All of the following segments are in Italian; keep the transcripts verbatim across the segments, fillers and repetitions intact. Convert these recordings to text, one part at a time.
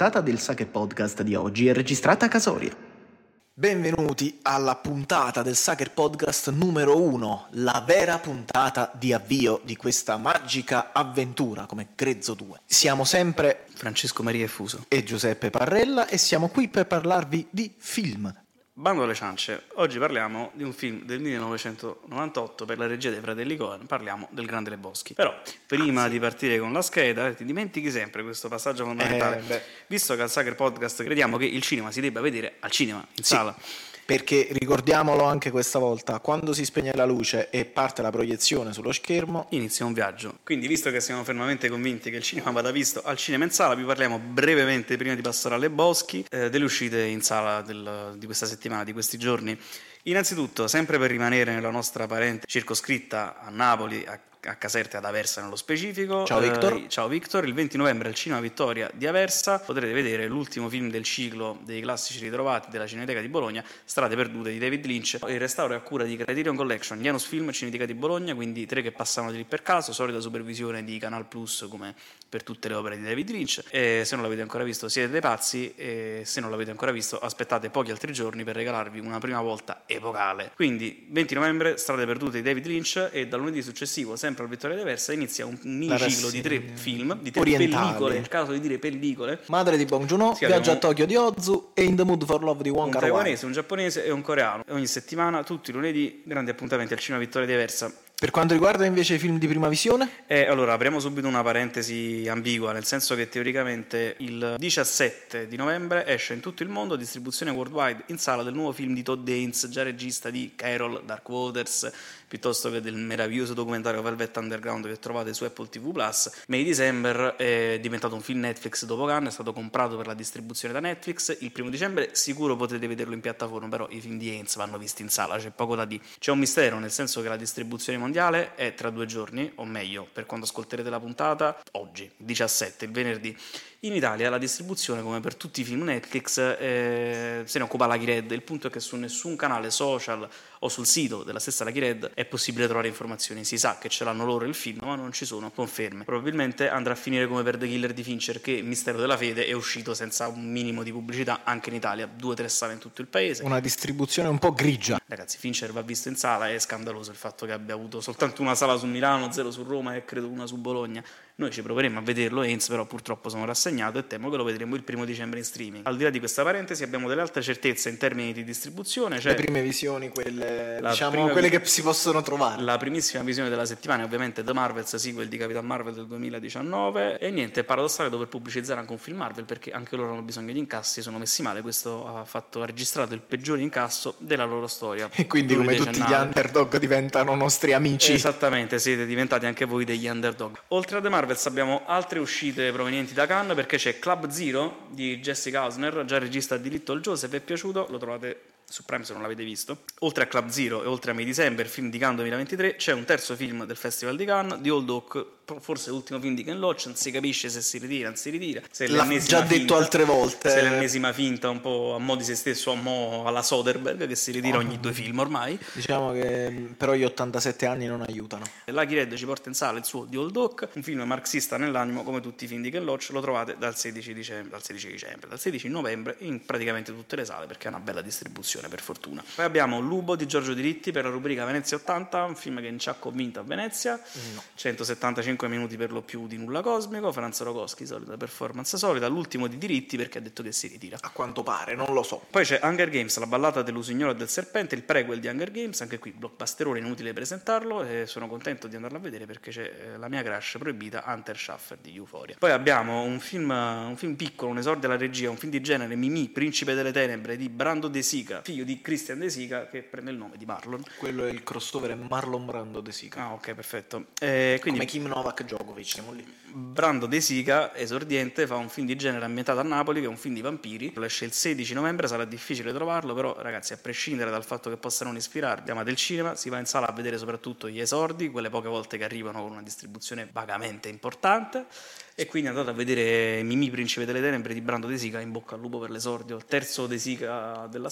puntata del Sucker Podcast di oggi è registrata a Casoria. Benvenuti alla puntata del Sucker Podcast numero uno, la vera puntata di avvio di questa magica avventura come Grezzo due. Siamo sempre Francesco Maria Effuso e Giuseppe Parrella e siamo qui per parlarvi di film. Bando alle ciance, oggi parliamo di un film del millenovecentonovantotto per la regia dei fratelli Coen, parliamo del Grande Lebowski. Però prima ah, sì. di partire con la scheda ti dimentichi sempre questo passaggio fondamentale, eh, visto che al Sucker Podcast crediamo che il cinema si debba vedere al cinema, in sì. sala. Perché ricordiamolo anche questa volta, quando si spegne la luce e parte la proiezione sullo schermo inizia un viaggio. Quindi, visto che siamo fermamente convinti che il cinema vada visto al cinema in sala, vi parliamo brevemente, prima di passare alle Lebowski, eh, delle uscite in sala del, di questa settimana, di questi giorni. Innanzitutto, sempre per rimanere nella nostra parente circoscritta a Napoli, a a Caserta e ad Aversa nello specifico. Ciao Victor. Eh, ciao Victor, il venti novembre al Cinema Vittoria di Aversa potrete vedere l'ultimo film del ciclo dei classici ritrovati della Cineteca di Bologna, Strade perdute di David Lynch. Il restauro è a cura di Criterion Collection, Janus Film, Cineteca di Bologna, quindi tre che passano di lì per caso, solita supervisione di Canal Plus come per tutte le opere di David Lynch. E se non l'avete ancora visto siete dei pazzi, e se non l'avete ancora visto aspettate pochi altri giorni per regalarvi una prima volta epocale. Quindi venti novembre, Strade perdute di David Lynch, e dal lunedì successivo, sempre al Vittoria di Aversa, inizia un miniciclo di tre film, di tre orientali. pellicole, è il caso di dire pellicole. Madre di Bong Joon-ho, Viaggio a Tokyo di Ozu e In the Mood for Love di Wong Kar-wai. Un taiwanese, un giapponese e un coreano. Ogni settimana, tutti i lunedì, grandi appuntamenti al Cinema Vittoria di Aversa. Per quanto riguarda invece i film di prima visione? Eh, allora, apriamo subito una parentesi ambigua, nel senso che teoricamente il diciassette di novembre esce in tutto il mondo, distribuzione worldwide in sala, del nuovo film di Todd Haynes, già regista di Carol, Dark Waters, piuttosto che del meraviglioso documentario Velvet Underground che trovate su Apple ti vu Plus. May December è diventato un film Netflix dopo Cannes, è stato comprato per la distribuzione da Netflix. Il primo dicembre sicuro potete vederlo in piattaforma, però i film di Haynes vanno visti in sala, c'è poco da dire. C'è un mistero, nel senso che la distribuzione mondiale è tra due giorni, o meglio, per quando ascolterete la puntata, oggi, diciassette, il venerdì. In Italia la distribuzione, come per tutti i film Netflix, eh, se ne occupa la Chired. Il punto è che su nessun canale social o sul sito della stessa la Chired è possibile trovare informazioni. Si sa che ce l'hanno loro il film, ma non ci sono conferme. Probabilmente andrà a finire come per The Killer di Fincher, che Mistero della Fede è uscito senza un minimo di pubblicità anche in Italia, due o tre sale in tutto il paese. Una distribuzione un po' grigia. Ragazzi, Fincher va visto in sala, è scandaloso il fatto che abbia avuto soltanto una sala su Milano, zero su Roma e credo una su Bologna. Noi ci proveremo a vederlo, Haynes, però purtroppo sono rassegnato e temo che lo vedremo il primo dicembre in streaming. Al di là di questa parentesi abbiamo delle altre certezze in termini di distribuzione. Cioè le prime visioni, quelle, diciamo, quelle che si possono trovare. La primissima visione della settimana è ovviamente The Marvels, sequel di Capitan Marvel del duemiladiciannove. E niente, è paradossale dover pubblicizzare anche un film Marvel, perché anche loro hanno bisogno di incassi, sono messi male. Questo ha, fatto, ha registrato il peggiore incasso della loro storia. E quindi come tutti gli underdog diventano nostri amici. Esattamente, siete diventati anche voi degli underdog. Oltre a The Marvels abbiamo altre uscite provenienti da Cannes, perché c'è Club Zero di Jessica Hausner, già regista di Little Joe. Se vi è piaciuto lo trovate su Prime se non l'avete visto. Oltre a Club Zero e oltre a May December, film di Cannes duemilaventitré, c'è un terzo film del Festival di Cannes, The Old Oak, forse l'ultimo film di Ken Loach. Non si capisce se si ritira, non si ritira, se l'ha già detto finta, altre volte, se è l'ennesima finta un po' a mo' di se stesso, a mo' alla Soderbergh, che si ritira oh. ogni due film ormai. Diciamo che però gli ottantasette anni non aiutano. La Chired ci porta in sala il suo The Old Oak, un film marxista nell'animo come tutti i film di Ken Loach. Lo trovate dal sedici dicembre, dal sedici dicembre, dal sedici novembre in praticamente tutte le sale, perché è una bella distribuzione, per fortuna. Poi abbiamo Lubo di Giorgio Diritti per la rubrica Venezia ottanta, un film che non ci ha convinto a Venezia, no. centosettantacinque minuti per lo più di nulla cosmico, Franz Rogoschi, solita performance solita, l'ultimo di Diritti perché ha detto che si ritira. A quanto pare, non lo so. Poi c'è Hunger Games, la ballata dell'usignolo e del serpente, il prequel di Hunger Games, anche qui blockbusterone, inutile presentarlo, e sono contento di andarlo a vedere perché c'è la mia crush proibita, Hunter Schaffer di Euphoria. Poi abbiamo un film, un film piccolo, un esordio alla regia, un film di genere, Mimì, Principe delle Tenebre di Brando De Sica, figlio di Christian De Sica, che prende il nome di Marlon. Quello è il crossover, è Marlon Brando De Sica. Ah, ok, perfetto. Eh, quindi, come Kim Novak Djokovic, siamo lì. Brando De Sica, esordiente, fa un film di genere ambientato a Napoli, che è un film di vampiri. Lo esce il sedici novembre, sarà difficile trovarlo, però ragazzi, a prescindere dal fatto che possa non ispirarvi, ama del cinema, si va in sala a vedere soprattutto gli esordi, quelle poche volte che arrivano con una distribuzione vagamente importante. E quindi andate a vedere Mimì, Principe delle Tenebre di Brando De Sica, in bocca al lupo per l'esordio, il terzo De Sica della storia.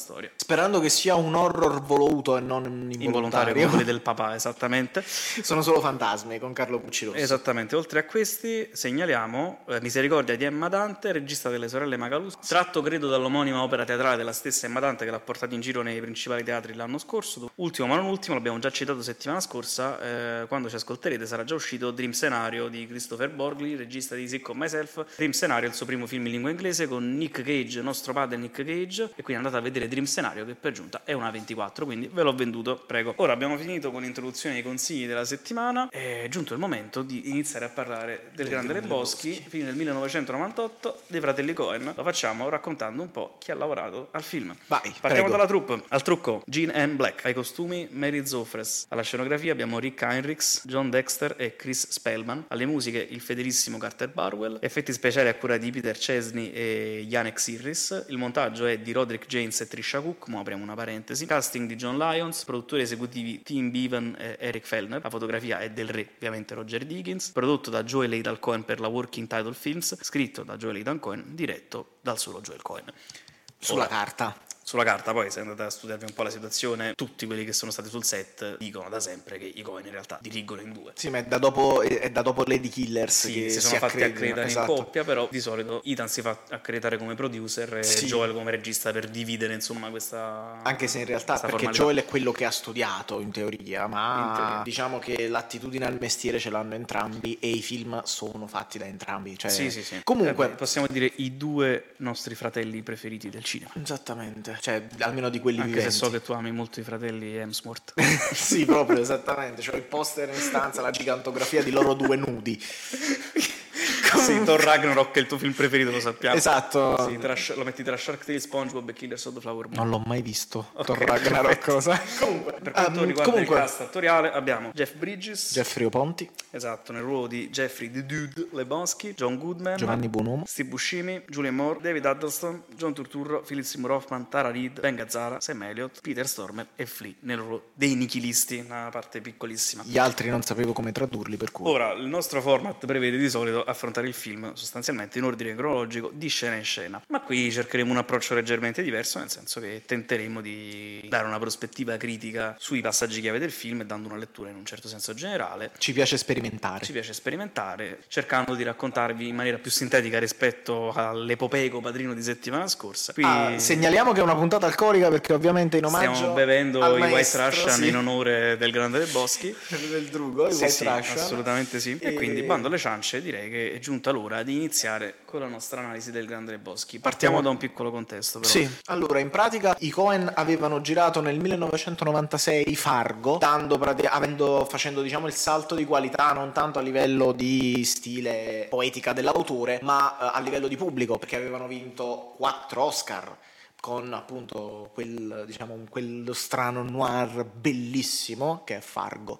Sperando che sia un horror voluto e non involontario. Involontario, come quelli del papà, esattamente. Sono solo fantasmi con Carlo Puccirossi. Esattamente, oltre a questi segnaliamo eh, Misericordia di Emma Dante, regista delle sorelle Magalus, tratto credo dall'omonima opera teatrale della stessa Emma Dante che l'ha portato in giro nei principali teatri l'anno scorso. Ultimo ma non ultimo, l'abbiamo già citato settimana scorsa, eh, quando ci ascolterete sarà già uscito Dream Scenario di Christopher Borgli, regista di Sick of Myself. Dream Scenario è il suo primo film in lingua inglese con Nick Cage, nostro padre Nick Cage, e quindi andate a vedere Dream Scenario, che per giunta è una ventiquattro, quindi ve l'ho venduto, prego. Ora abbiamo finito con l'introduzione dei consigli della settimana, è giunto il momento di iniziare a parlare del Grande Lebowski, film del millenovecentonovantotto dei fratelli Coen. Lo facciamo raccontando un po' chi ha lavorato al film. Vai, partiamo prego. dalla troupe. Al trucco Gene M. Black, ai costumi Mary Zofres, alla scenografia abbiamo Rick Heinrichs, John Dexter e Chris Spellman, alle musiche il fedelissimo Carter Barwell, effetti speciali a cura di Peter Chesney e Janek Sirris, il montaggio è di Roderick James e Trisha Cook, mo apriamo una parentesi, casting di John Lyons, produttori esecutivi Tim Bevan e Eric Fellner, la fotografia è del re, ovviamente Roger Deakins, prodotto da Joel Ethan Cohen per la Working Title Films, scritto da Joel Ethan Cohen, diretto dal solo Joel Cohen. Sulla Ora, carta. Sulla carta, poi se andate a studiarvi un po' la situazione, tutti quelli che sono stati sul set dicono da sempre che i Coen in realtà dirigono in due. Sì, ma è da dopo, è da dopo Lady Killers Sì, che si sono fatti accreditare esatto. in coppia, però di solito Ethan si fa accreditare come producer e Sì. Joel come regista per dividere insomma questa. Anche se in realtà, perché formalità. Joel è quello che ha studiato in teoria, ma In teoria. diciamo che l'attitudine al mestiere ce l'hanno entrambi e i film sono fatti da entrambi. Cioè, Sì, sì, sì. Comunque, Eh, possiamo dire i due nostri fratelli preferiti del cinema. esattamente, cioè almeno di quelli Anche viventi. se so che tu ami molto i fratelli Hemsworth. Sì, proprio, esattamente. C'ho il poster in stanza, la gigantografia di loro due nudi. Sì, Thor Ragnarok è il tuo film preferito, lo sappiamo. Esatto. Sì, tra, lo metti tra Shark Tale, SpongeBob e Killers of the Flower Moon. Non l'ho mai visto. Ok, Thor Ragnarok, perfetto. cosa? Comunque, Per quanto ehm, riguarda comunque, il cast attoriale abbiamo Jeff Bridges, Jeffrey Ponti, esatto, nel ruolo di Jeffrey the Dude Lebowski, John Goodman, Giovanni Buonomo, Steve Buscemi, Julian Moore, David Huddleston, John Turturro, Philip Seymour Hoffman, Tara Reid, Ben Gazzara, Sam Elliott, Peter Stormer e Flea nel ruolo dei nichilisti, una parte piccolissima. gli altri non sapevo come tradurli, per cui Ora, il nostro format prevede di solito affrontare il film sostanzialmente in ordine cronologico di scena in scena, ma qui cercheremo un approccio leggermente diverso, nel senso che tenteremo di dare una prospettiva critica sui passaggi chiave del film, dando una lettura in un certo senso generale. ci piace sperimentare. Ci piace sperimentare, cercando di raccontarvi in maniera più sintetica rispetto all'epopeico Padrino di settimana scorsa. Qui Ah, segnaliamo che è una puntata alcolica perché ovviamente in omaggio stiamo bevendo al i White maestro, Russian sì. in onore del Grande Lebowski. del Drugo, i Sì, White sì, Russian. assolutamente sì. E... E- quindi, bando alle ciance, direi che è giunta l'ora di iniziare con la nostra analisi del Grande Lebowski. Partiamo da un piccolo contesto, però. Sì, allora in pratica i Coen avevano girato nel millenovecentonovantasei Fargo, dando prati- avendo, facendo diciamo il salto di qualità non tanto a livello di stile poetica dell'autore, ma eh, a livello di pubblico, perché avevano vinto quattro Oscar con appunto quel, diciamo, quello strano noir bellissimo che è Fargo.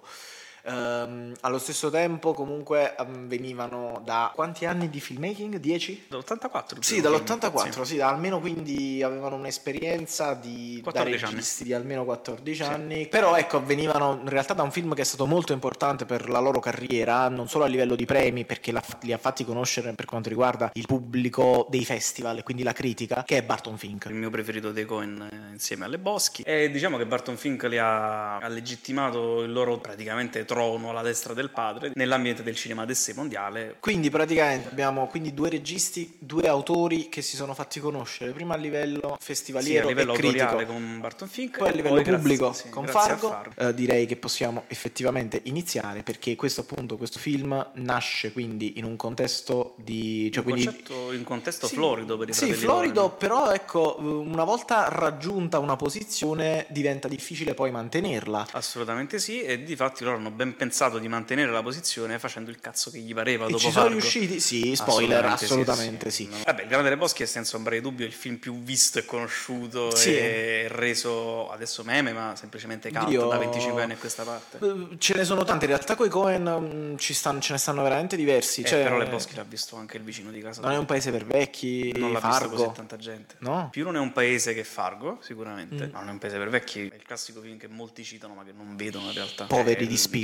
Ehm, allo stesso tempo comunque ehm, venivano da quanti anni di filmmaking? dieci? Dall'ottantaquattro? Sì, dall'ottantaquattro, sì, da almeno quindi avevano un'esperienza di da quattordici registi di almeno quattordici anni, però ecco venivano in realtà da un film che è stato molto importante per la loro carriera, non solo a livello di premi, perché l'ha- li ha fatti conoscere per quanto riguarda il pubblico dei festival e quindi la critica, che è Barton Fink. Il mio preferito dei Coen eh, insieme alle Boschi. E diciamo che Barton Fink li ha, ha legittimato il loro praticamente trono alla destra del padre nell'ambiente del cinema d'essè mondiale. Quindi praticamente abbiamo quindi due registi, due autori che si sono fatti conoscere prima a livello Sì, festivaliero a livello e critico, autoriale con Barton Fink poi a e livello grazie- pubblico sì, con grazie a Fargo. Eh, direi che possiamo effettivamente iniziare, perché questo appunto questo film nasce quindi in un contesto di cioè Un quindi concetto in contesto Sì, florido per i sì, fratelli florido, Coen. però ecco, una volta raggiunta una posizione diventa difficile poi mantenerla. Assolutamente sì, e difatti loro hanno ben pensato di mantenere la posizione facendo il cazzo che gli pareva E dopo ci sono Fargo. riusciti? Sì, spoiler, assolutamente sì. No. Vabbè, Il Grande Lebowski è senza ombra di dubbio il film più visto e conosciuto Sì. e reso adesso meme, ma semplicemente cult Dio. da venticinque anni a questa parte. Eh, Ce ne sono tante, in realtà coi Coen mm, ci stanno, ce ne stanno veramente diversi. Eh, Cioè, però Lebowski l'ha visto anche il vicino di casa. non è un paese per vecchi, Non l'ha visto così Fargo. tanta gente. No? Più non è un paese che Fargo, sicuramente. Mm. No, non è un paese per vecchi. È il classico film che molti citano, ma che non vedono in realtà. Poveri È di il- spirito.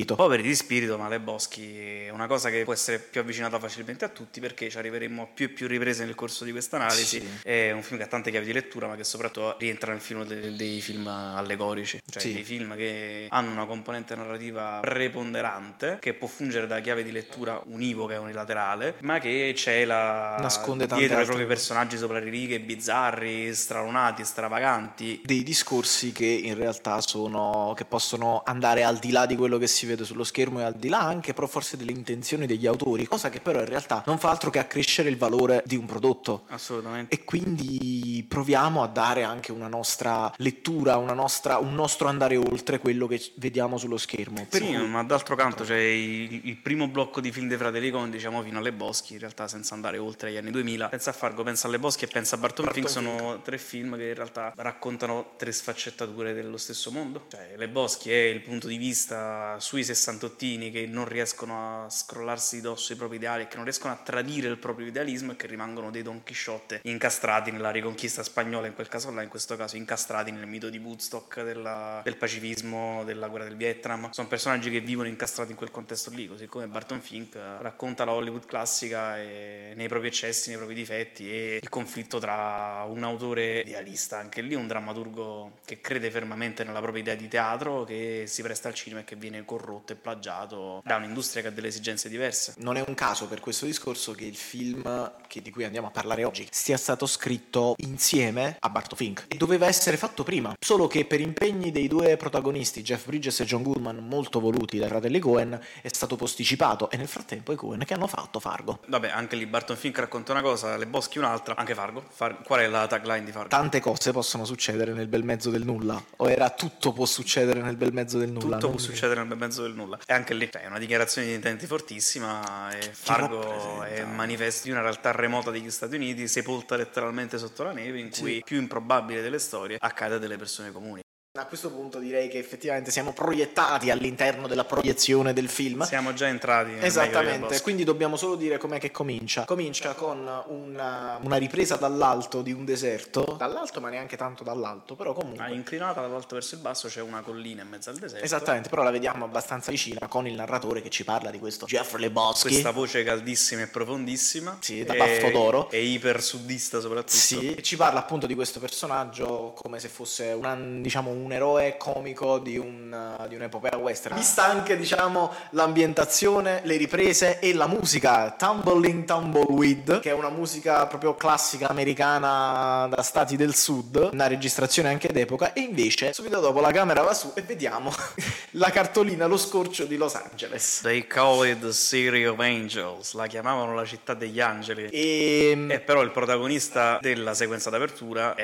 spirito. Poveri di spirito, ma Le Boschi è una cosa che può essere più avvicinata facilmente a tutti, perché ci arriveremo a più e più riprese nel corso di questa analisi. Sì. È un film che ha tante chiavi di lettura, ma che soprattutto rientra nel film dei, dei film allegorici, cioè Sì. dei film che hanno una componente narrativa preponderante, che può fungere da chiave di lettura univoca e unilaterale, ma che c'è la Nasconde tante dietro ai altre propri personaggi sopra le righe, bizzarri, stralunati, stravaganti. Dei discorsi che in realtà sono che possono andare al di là di quello che si vede sullo schermo e al di là anche però forse delle intenzioni degli autori, cosa che però in realtà non fa altro che accrescere il valore di un prodotto. Assolutamente. E quindi proviamo a dare anche una nostra lettura, una nostra, un nostro andare oltre quello che vediamo sullo schermo. Per Sì, cui- ma d'altro canto c'è il, il primo blocco di film dei Fratelli Coen, diciamo fino alle Boschi, in realtà senza andare oltre gli anni duemila. Pensa a Fargo, pensa alle Boschi e pensa a Barton Fink, sono tre film che in realtà raccontano tre sfaccettature dello stesso mondo. Cioè, Le Boschi è il punto di vista sui sessantottini che non riescono a scrollarsi di dosso i propri ideali e che non riescono a tradire il proprio idealismo e che rimangono dei Don Chisciotte incastrati nella riconquista spagnola, in quel caso là, in questo caso incastrati nel mito di Woodstock, della, del pacifismo, della guerra del Vietnam. Sono personaggi che vivono incastrati in quel contesto lì, così come Barton Fink racconta la Hollywood classica e nei propri eccessi, nei propri difetti, e il conflitto tra un autore idealista, anche lì un drammaturgo che crede fermamente nella propria idea di teatro, che si presta al cinema e che viene corrotto e plagiato da un'industria che ha delle esigenze diverse. Non è un caso per questo discorso che il film che di cui andiamo a parlare oggi sia stato scritto insieme a Barton Fink e doveva essere fatto prima, solo che per impegni dei due protagonisti, Jeff Bridges e John Goodman, molto voluti dai fratelli Coen, è stato posticipato, e nel frattempo i Coen che hanno fatto Fargo. Vabbè, anche lì Barton Fink racconta una cosa, Le Boschi un'altra, anche Fargo. Far- qual è la tagline di Fargo? Tante cose possono succedere nel bel mezzo del nulla, o era tutto può succedere nel bel mezzo del nulla? Tutto non può mi- succedere nel bel mezzo del nulla. E anche lì cioè, è una dichiarazione di intenti fortissima, e Fargo rappresenta? è manifesto di una realtà remota degli Stati Uniti, sepolta letteralmente sotto la neve, in cui Sì. più improbabile delle storie accade a delle persone comuni. A questo punto direi che effettivamente siamo proiettati all'interno della proiezione del film. Siamo già entrati nel meglio del Esattamente, Boschi. quindi dobbiamo solo dire com'è che comincia. Comincia con una, una ripresa dall'alto di un deserto, dall'alto ma neanche tanto dall'alto, però comunque... Ah, inclinata dall'alto verso il basso c'è una collina in mezzo al deserto. Esattamente, però la vediamo abbastanza vicina con il narratore che ci parla di questo Jeff Le Boschi. Questa voce caldissima e profondissima. Sì, da e- baffo d'oro. E iper-suddista soprattutto. Sì, ci parla appunto di questo personaggio come se fosse una, diciamo, un eroe comico di, un, di un'epopea western. Vista anche, diciamo, l'ambientazione, le riprese e la musica Tumbling Tumbleweed, che è una musica proprio classica americana da stati del sud, una registrazione anche d'epoca, e invece subito dopo la camera va su e vediamo la cartolina, lo scorcio di Los Angeles. They call it the City of Angels, la chiamavano la città degli angeli. E E però il protagonista della sequenza d'apertura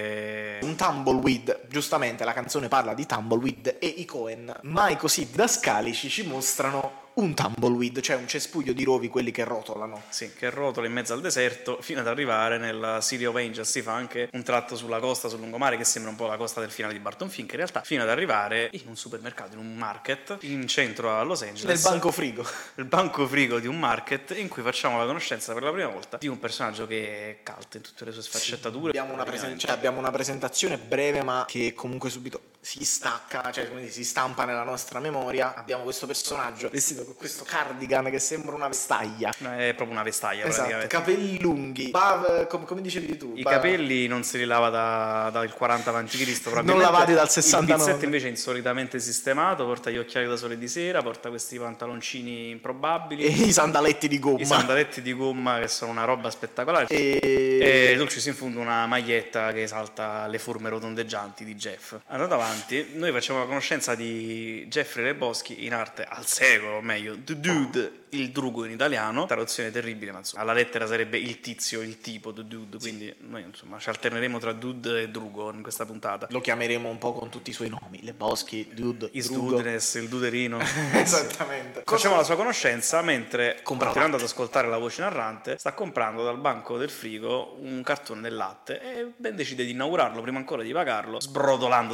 è un tumbleweed, giustamente la canzone parla di tumbleweed e i Coen mai così didascalici ci mostrano un tumbleweed, cioè un cespuglio di rovi, quelli che rotolano. sì, che rotola in mezzo al deserto fino ad arrivare nella City of Angels. Si fa anche un tratto sulla costa, sul lungomare, che sembra un po' la costa del finale di Barton Fink in realtà, fino ad arrivare in un supermercato, in un market in centro a Los Angeles, Nel banco frigo. il banco frigo di un market, in cui facciamo la conoscenza per la prima volta di un personaggio che è cult in tutte le sue sfaccettature. Abbiamo una, presen- cioè, abbiamo una presentazione breve ma che comunque subito si stacca, cioè come dire, si stampa nella nostra memoria. Abbiamo questo personaggio vestito con questo cardigan che sembra una vestaglia. È proprio una vestaglia, Esatto, praticamente. capelli lunghi, ba- come, come dicevi tu, I ba- capelli non si li lava da- dal quaranta avanti Cristo, probabilmente. Non lavati dal Il sessantanove. pizzetto invece è insolitamente sistemato, porta gli occhiali da sole di sera, porta questi pantaloncini improbabili, e i sandaletti di gomma. i sandaletti di gomma che sono una roba spettacolare. E... E Dulce si infonde una maglietta che esalta le forme rotondeggianti di Jeff. Andando avanti, noi facciamo la conoscenza di Jeffrey Le Boschi, in arte al secolo, o meglio, The Dude, il drugo in italiano, traduzione terribile, ma insomma, alla lettera sarebbe il tizio, il tipo, The Dude, quindi noi insomma ci alterneremo tra Dude e drugo in questa puntata. lo chiameremo un po' con tutti i suoi nomi, Le Boschi, Dude, Is Drugo. Dudeness, il duderino. Esattamente. Facciamo la sua conoscenza mentre, Compra continuando ad ascoltare la voce narrante, sta comprando dal banco del frigo un cartone del latte e ben decide di inaugurarlo prima ancora di pagarlo, sbrodolandosi mentre lo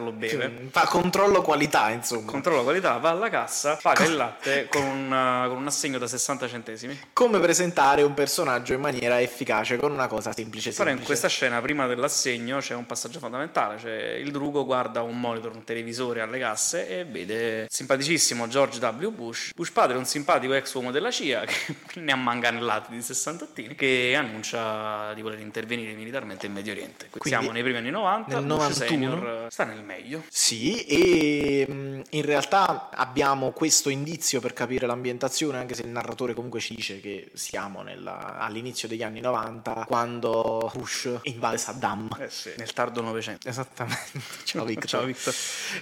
lo beve. Fa controllo qualità, insomma. Controlla qualità, va alla cassa, paga il latte con un, con un assegno da sessanta centesimi. Come presentare un personaggio in maniera efficace con una cosa semplice Però semplice. in questa scena, prima dell'assegno, c'è un passaggio fondamentale. Cioè il drugo guarda un monitor, un televisore alle casse e vede simpaticissimo George W. Bush, Bush padre, un simpatico ex uomo della C I A che ne ha manganellati di sessantottini, che annuncia di voler intervenire militarmente in Medio Oriente. Quindi, siamo nei primi anni novanta, nel Bush novantuno senior sta nel meglio. Sì, e mh, in realtà abbiamo questo indizio per capire l'ambientazione, anche se il narratore comunque ci dice che siamo nella, all'inizio degli anni novanta, quando Bush invade Saddam. Eh sì, nel tardo Novecento. Esattamente. Ciao Victor. Ciao Victor.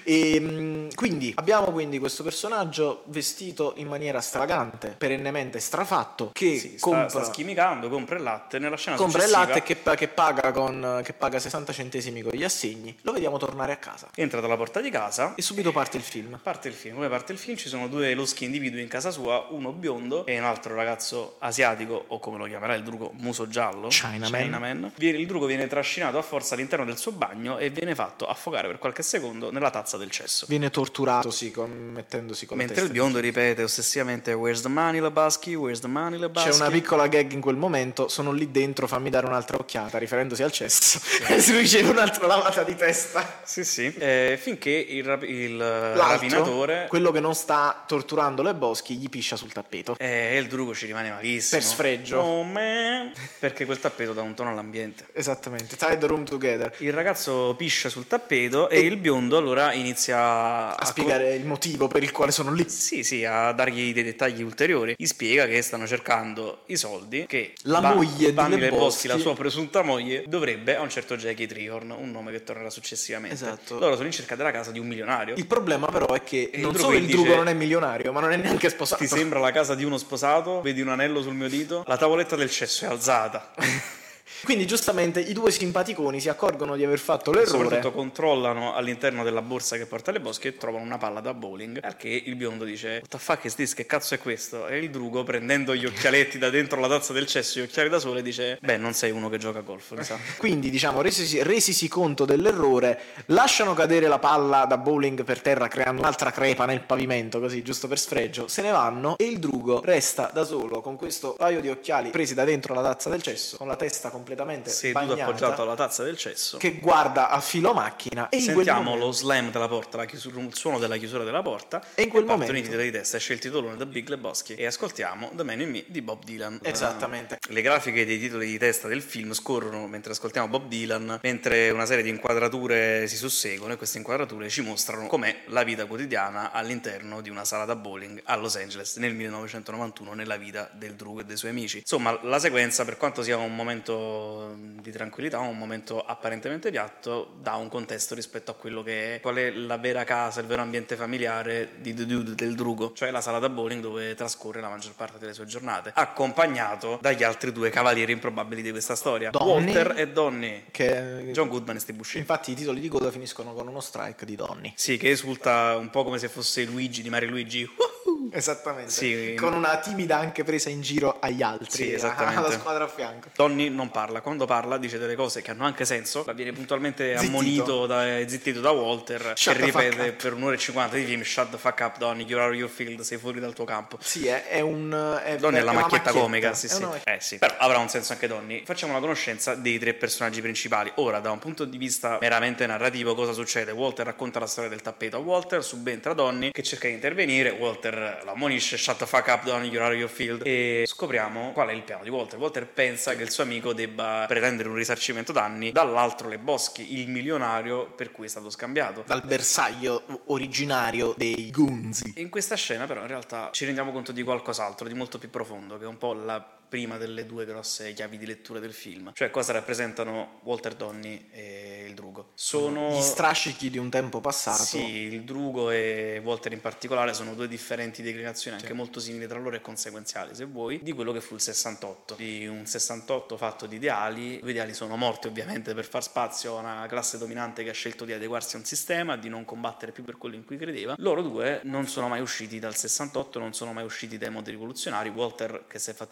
E mh, quindi abbiamo quindi questo personaggio vestito in maniera stravagante, perennemente strafatto, che Sì, sta, compra, sta schimicando, compra il latte. Nella scena compra il successiva latte che, pa- che paga con che paga sessanta centesimi con gli assegni. Lo vediamo tornare a casa entra dalla porta di casa e subito parte il film. parte il film. Come parte il film? Ci sono due loschi individui in casa sua, uno biondo e un altro ragazzo asiatico, o come lo chiamerà il drugo, muso giallo, Chinaman. Chinaman. Viene- il drugo viene trascinato a forza all'interno del suo bagno e viene fatto affogare per qualche secondo nella tazza del cesso. Viene torturato, sì, con, mettendosi con Mentre la il testa. biondo ripete ossessivamente "Where's the money, Lebowski? Where's the money, Lebowski?" C'è una piccola gag in quel momento, sono lì dentro, fammi dare un'altra occhiata, riferendosi al cesso, e si riceve un'altra lavata di testa. Sì, sì. Eh, finché il, rap- il L'altro, rapinatore quello che non sta torturando le Boschi, gli piscia sul tappeto. e il drugo ci rimane malissimo. Per sfregio. Oh, man. Perché quel tappeto dà un tono all'ambiente. Esattamente, tie the room together. Il ragazzo piscia sul tappeto e, E- il biondo allora inizia A spiegare il motivo per il quale sono lì. Sì, sì, a dargli dei dettagli ulteriori. Gli spiega che stanno cercando i soldi che La Ba- moglie di Vanni Lebowski, Lebowski, la sua presunta moglie, dovrebbe a un certo Jackie Trehorn, un nome che tornerà successivamente. Esatto. Loro sono in cerca della casa di un milionario. Il problema però è che E il non drugo solo gli il drugo dice- non è milionario, ma non è neanche sposato. Ti sembra la casa di uno sposato? Vedi un anello sul mio dito? La tavoletta del cesso è alzata. Quindi giustamente i due simpaticoni si accorgono di aver fatto l'errore. Soprattutto controllano all'interno della borsa che porta le Boschi e trovano una palla da bowling. Al che il biondo dice "What the fuck is this? Che cazzo è questo?" E il drugo, prendendo gli occhialetti da dentro la tazza del cesso e gli occhiali da sole, dice "Beh, non sei uno che gioca a golf, mi sa." Quindi, diciamo, resisi, resisi conto dell'errore, lasciano cadere la palla da bowling per terra creando un'altra crepa nel pavimento, così, giusto per sfregio, se ne vanno e il drugo resta da solo con questo paio di occhiali presi da dentro la tazza del cesso, con la testa completamente Seduto bagnata, appoggiato alla tazza del cesso. che guarda a filo macchina e in quel Sentiamo momento- lo slam della porta, la chiusura- il suono della chiusura della porta. E in quel partono momento- i titoli di testa, esce il titolone da Big Lebowski e ascoltiamo The Man in Me di Bob Dylan. Esattamente. Le grafiche dei titoli di testa del film scorrono mentre ascoltiamo Bob Dylan, mentre una serie di inquadrature si susseguono e queste inquadrature ci mostrano com'è la vita quotidiana all'interno di una sala da bowling a Los Angeles nel millenovecentonovantuno, nella vita del drugo e dei suoi amici. Insomma, la sequenza, per quanto sia un momento di tranquillità, un momento apparentemente piatto, dà un contesto rispetto a quello che è, qual è la vera casa, il vero ambiente familiare di The Dude, del drugo, cioè la sala da bowling dove trascorre la maggior parte delle sue giornate, accompagnato dagli altri due cavalieri improbabili di questa storia, Donnie. Walter e Donnie, che John Goodman e Steve Buscemi. infatti i titoli di coda finiscono con uno strike di Donny. Sì, che esulta un po' come se fosse Luigi di Mario Luigi. Woohoo! Esattamente, Sì. con una timida anche presa in giro agli altri, Sì, esattamente. alla squadra a fianco. Donnie non parla, quando parla dice delle cose che hanno anche senso, viene puntualmente Zittito. ammonito da, e zittito da Walter, Shut che the fuck ripete up. per un'ora e cinquanta di film "Shut the fuck up Donnie, you're out of your field, sei fuori dal tuo campo". Sì, è, è un è, Donnie è la una macchietta comica, sì, è sì. una macchietta. Eh sì. Però avrà un senso anche Donnie. Facciamo la conoscenza dei tre personaggi principali. Ora, da un punto di vista meramente narrativo, cosa succede? Walter racconta la storia del tappeto a Walter, subentra Donnie che cerca di intervenire, Walter lo ammonisce "Shut the fuck up Donnie, you're out of your field", e scopriamo qual è il piano di Walter. Walter pensa che il suo amico debba pretendere un risarcimento danni dall'altro Lebowski, il milionario per cui è stato scambiato. Dal bersaglio originario dei Gunzi. In questa scena però in realtà ci rendiamo conto di qualcos'altro, di molto più profondo, che è un po' la prima delle due grosse chiavi di lettura del film. Cioè cosa rappresentano Walter Donnie e il drugo. Sono Gli strascichi di un tempo passato. Sì, il drugo e Walter in particolare sono due differenti declinazioni, anche molto simili tra loro e conseguenziali, se vuoi, di quello che fu il sessantotto. Di un sessantotto fatto di ideali. Gli ideali sono morti ovviamente per far spazio a una classe dominante che ha scelto di adeguarsi a un sistema, di non combattere più per quello in cui credeva. Loro due non sono mai usciti dal sessantotto, non sono mai usciti dai modi rivoluzionari. Walter, che si è fatto il Vietnam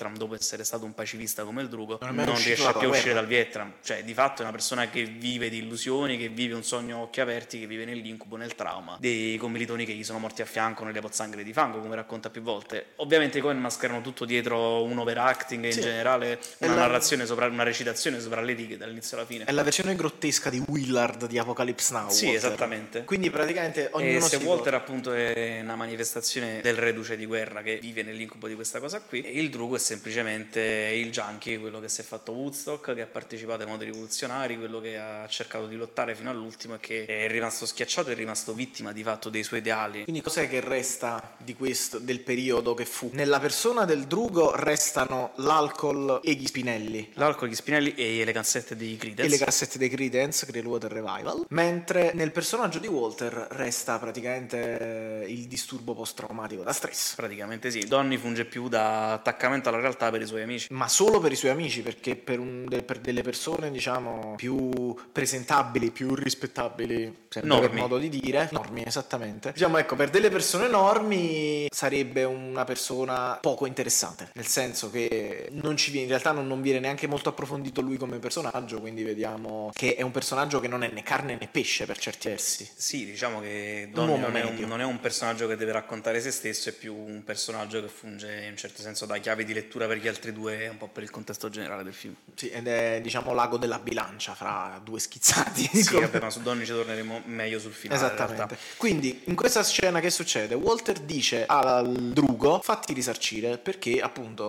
Vietnam, dopo essere stato un pacifista come il Drugo, non, non riesce più a uscire guerra. dal Vietnam. Cioè, di fatto è una persona che vive di illusioni, che vive un sogno a occhi aperti, che vive nell'incubo, nel trauma dei commilitoni che gli sono morti a fianco nelle pozzanghere di fango, come racconta più volte. Ovviamente i Coen mascherano tutto dietro un overacting e Sì. in generale una la... narrazione sopra, una recitazione sopra le righe dall'inizio alla fine. È la versione grottesca di Willard di Apocalypse Now. Sì, Walter. esattamente. Quindi praticamente ognuno e se si Walter ricorda. appunto è una manifestazione del reduce di guerra che vive nell'incubo di questa cosa qui, e il Drugo è semplicemente il junkie, quello che si è fatto Woodstock, che ha partecipato ai modi rivoluzionari, quello che ha cercato di lottare fino all'ultimo e che è rimasto schiacciato, è rimasto vittima di fatto dei suoi ideali. Quindi cos'è che resta di questo, del periodo che fu? Nella persona del Drugo restano l'alcol e gli spinelli. L'alcol, gli spinelli e le cassette di E Creedence. le cassette dei Creedence, Clearwater Revival. Mentre nel personaggio di Walter resta praticamente eh, il disturbo post-traumatico da stress. Praticamente sì. Donny funge più da attaccamento alla realtà per i suoi amici. Ma solo per i suoi amici, perché per, un, per delle persone, diciamo, più presentabili, più rispettabili, sempre per Normi. modo di dire, normi, esattamente. Diciamo, ecco, per delle persone normi sarebbe una persona poco interessante, nel senso che non ci viene, in realtà non, non viene neanche molto approfondito lui come personaggio, quindi vediamo che è un personaggio che non è né carne né pesce per certi versi. Sì, diciamo che Un Donny uomo non è un, medio. non è un personaggio che deve raccontare se stesso, è più un personaggio che funge in un certo senso da chiave di lettura per gli altri due e un po' per il contesto generale del film. Sì, ed è, diciamo, l'ago della bilancia fra due schizzati. Sì, come- vabbè, ma su Donny ci torneremo meglio sul finale. in Esattamente. realtà. Quindi in questa scena che succede? Walter dice al Drugo: fatti risarcire perché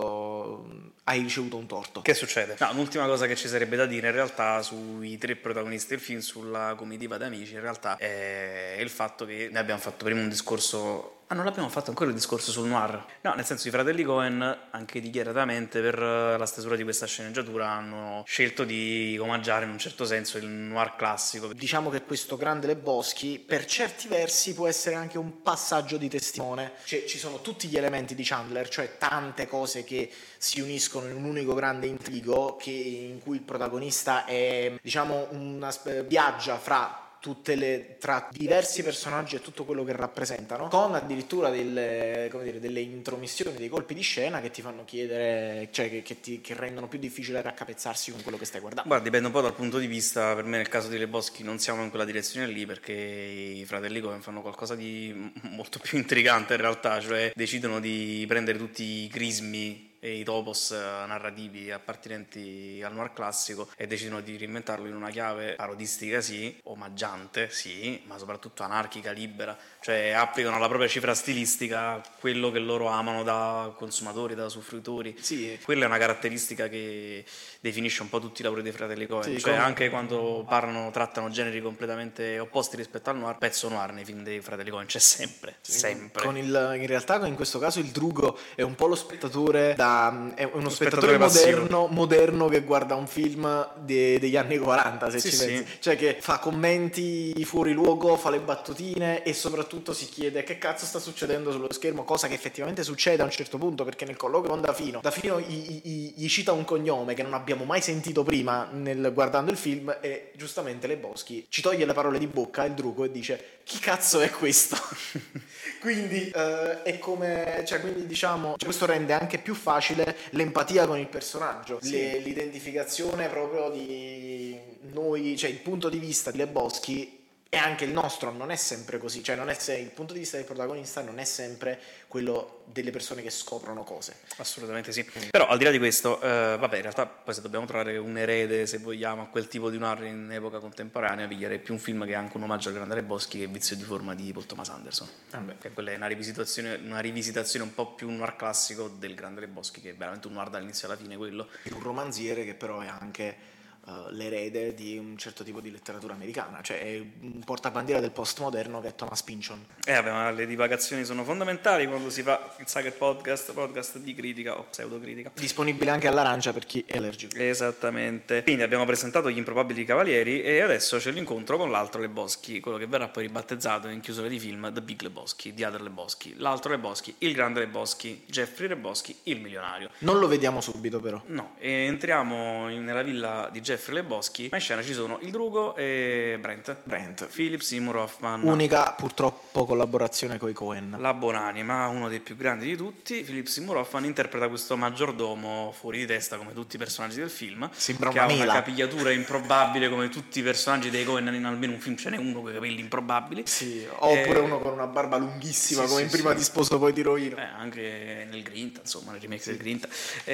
appunto hai ricevuto un torto. Che succede? No, un'ultima cosa che ci sarebbe da dire in realtà sui tre protagonisti del film, sulla comitiva d'amici, in realtà è il fatto che ne abbiamo fatto prima un discorso. Ah, non l'abbiamo fatto ancora il discorso sul noir? No, nel senso i fratelli Coen, anche dichiaratamente per la stesura di questa sceneggiatura, hanno scelto di omaggiare in un certo senso il noir classico. Diciamo che questo Grande Lebowski per certi versi può essere anche un passaggio di testimone. Cioè, ci sono tutti gli elementi di Chandler, cioè tante cose che si uniscono in un unico grande intrigo che, in cui il protagonista è, diciamo, una sp- viaggia fra tutte le, tra diversi personaggi e tutto quello che rappresentano, con addirittura delle, come dire, delle intromissioni, dei colpi di scena che ti fanno chiedere, cioè che, che, ti, che rendono più difficile raccapezzarsi con quello che stai guardando. Guarda, dipende un po' dal punto di vista. Per me nel caso di Lebowski non siamo in quella direzione lì, perché i fratelli Coen fanno qualcosa di molto più intrigante in realtà, cioè decidono di prendere tutti i crismi e i topos narrativi appartenenti al noir classico e decidono di reinventarlo in una chiave parodistica sì, omaggiante sì, ma soprattutto anarchica, libera, cioè applicano la propria cifra stilistica quello che loro amano da consumatori, da usufruitori. Sì. Quella è una caratteristica che definisce un po' tutti i lavori dei fratelli Coen, Sì, cioè come- anche quando parlano, trattano generi completamente opposti rispetto al noir, pezzo noir nei film dei fratelli Coen c'è sempre, sempre. Con il, in realtà in questo caso il Drugo è un po' lo spettatore da, è uno spettatore spettatore, passivo. moderno, moderno che guarda un film de- degli anni quaranta, se Sì, ci sì. pensi, cioè che fa commenti fuori luogo, fa le battutine e soprattutto si chiede che cazzo sta succedendo sullo schermo, cosa che effettivamente succede a un certo punto, perché nel colloquio con Dafino Dafino gli, gli- gli cita un cognome che non abbiamo mai sentito prima nel, guardando il film, e giustamente Lebowski ci toglie le parole di bocca il Drugo e dice: chi cazzo è questo? Quindi eh, è come, cioè, quindi diciamo, cioè, questo rende anche più facile l'empatia con il personaggio, Sì. le- l'identificazione proprio di noi, cioè il punto di vista di Lebowski e anche il nostro non è sempre così, cioè non è se, il punto di vista del protagonista non è sempre quello delle persone che scoprono cose. Assolutamente sì. Però al di là di questo, eh, vabbè, in realtà poi se dobbiamo trovare un erede, se vogliamo, a quel tipo di noir in epoca contemporanea, piglierei più un film che è anche un omaggio al Grande Lebowski, che è Vizio di forma di Paul Thomas Anderson. Vabbè. Che quella è una rivisitazione, una rivisitazione un po' più noir classico del Grande Lebowski, che è veramente un noir dall'inizio alla fine quello. Un romanziere che però è anche uh, l'erede di un certo tipo di letteratura americana, cioè è un portabandiera del postmoderno che è Thomas Pynchon. Eh vabbè, ma le divagazioni sono fondamentali quando si fa il Sacred Podcast, podcast di critica o pseudocritica. Disponibile anche all'arancia per chi è allergico. Esattamente. Quindi abbiamo presentato gli improbabili cavalieri e adesso c'è l'incontro con l'altro Lebowski, quello che verrà poi ribattezzato in chiusura di film The Big Lebowski, The Other Lebowski, l'altro Lebowski, il grande Lebowski, Jeffrey Lebowski, il milionario. Non lo vediamo subito però. No, e entriamo in- nella villa di Jeffrey Jeffrey Lebowski, ma in scena ci sono il Drugo e Brent. Brent. Philip Seymour Hoffman. Unica purtroppo collaborazione con i Coen. La buonanima, uno dei più grandi di tutti. Philip Seymour Hoffman interpreta questo maggiordomo fuori di testa come tutti i personaggi del film. Sembra che una ha una mela. capigliatura improbabile come tutti i personaggi dei Coen. In almeno un film ce n'è uno con i capelli improbabili. Sì, oppure Eh, uno con una barba lunghissima sì, come sì, in Prima sì. ti sposo poi ti rovino. Eh, anche nel Grinta, insomma, nel remake del Grinta.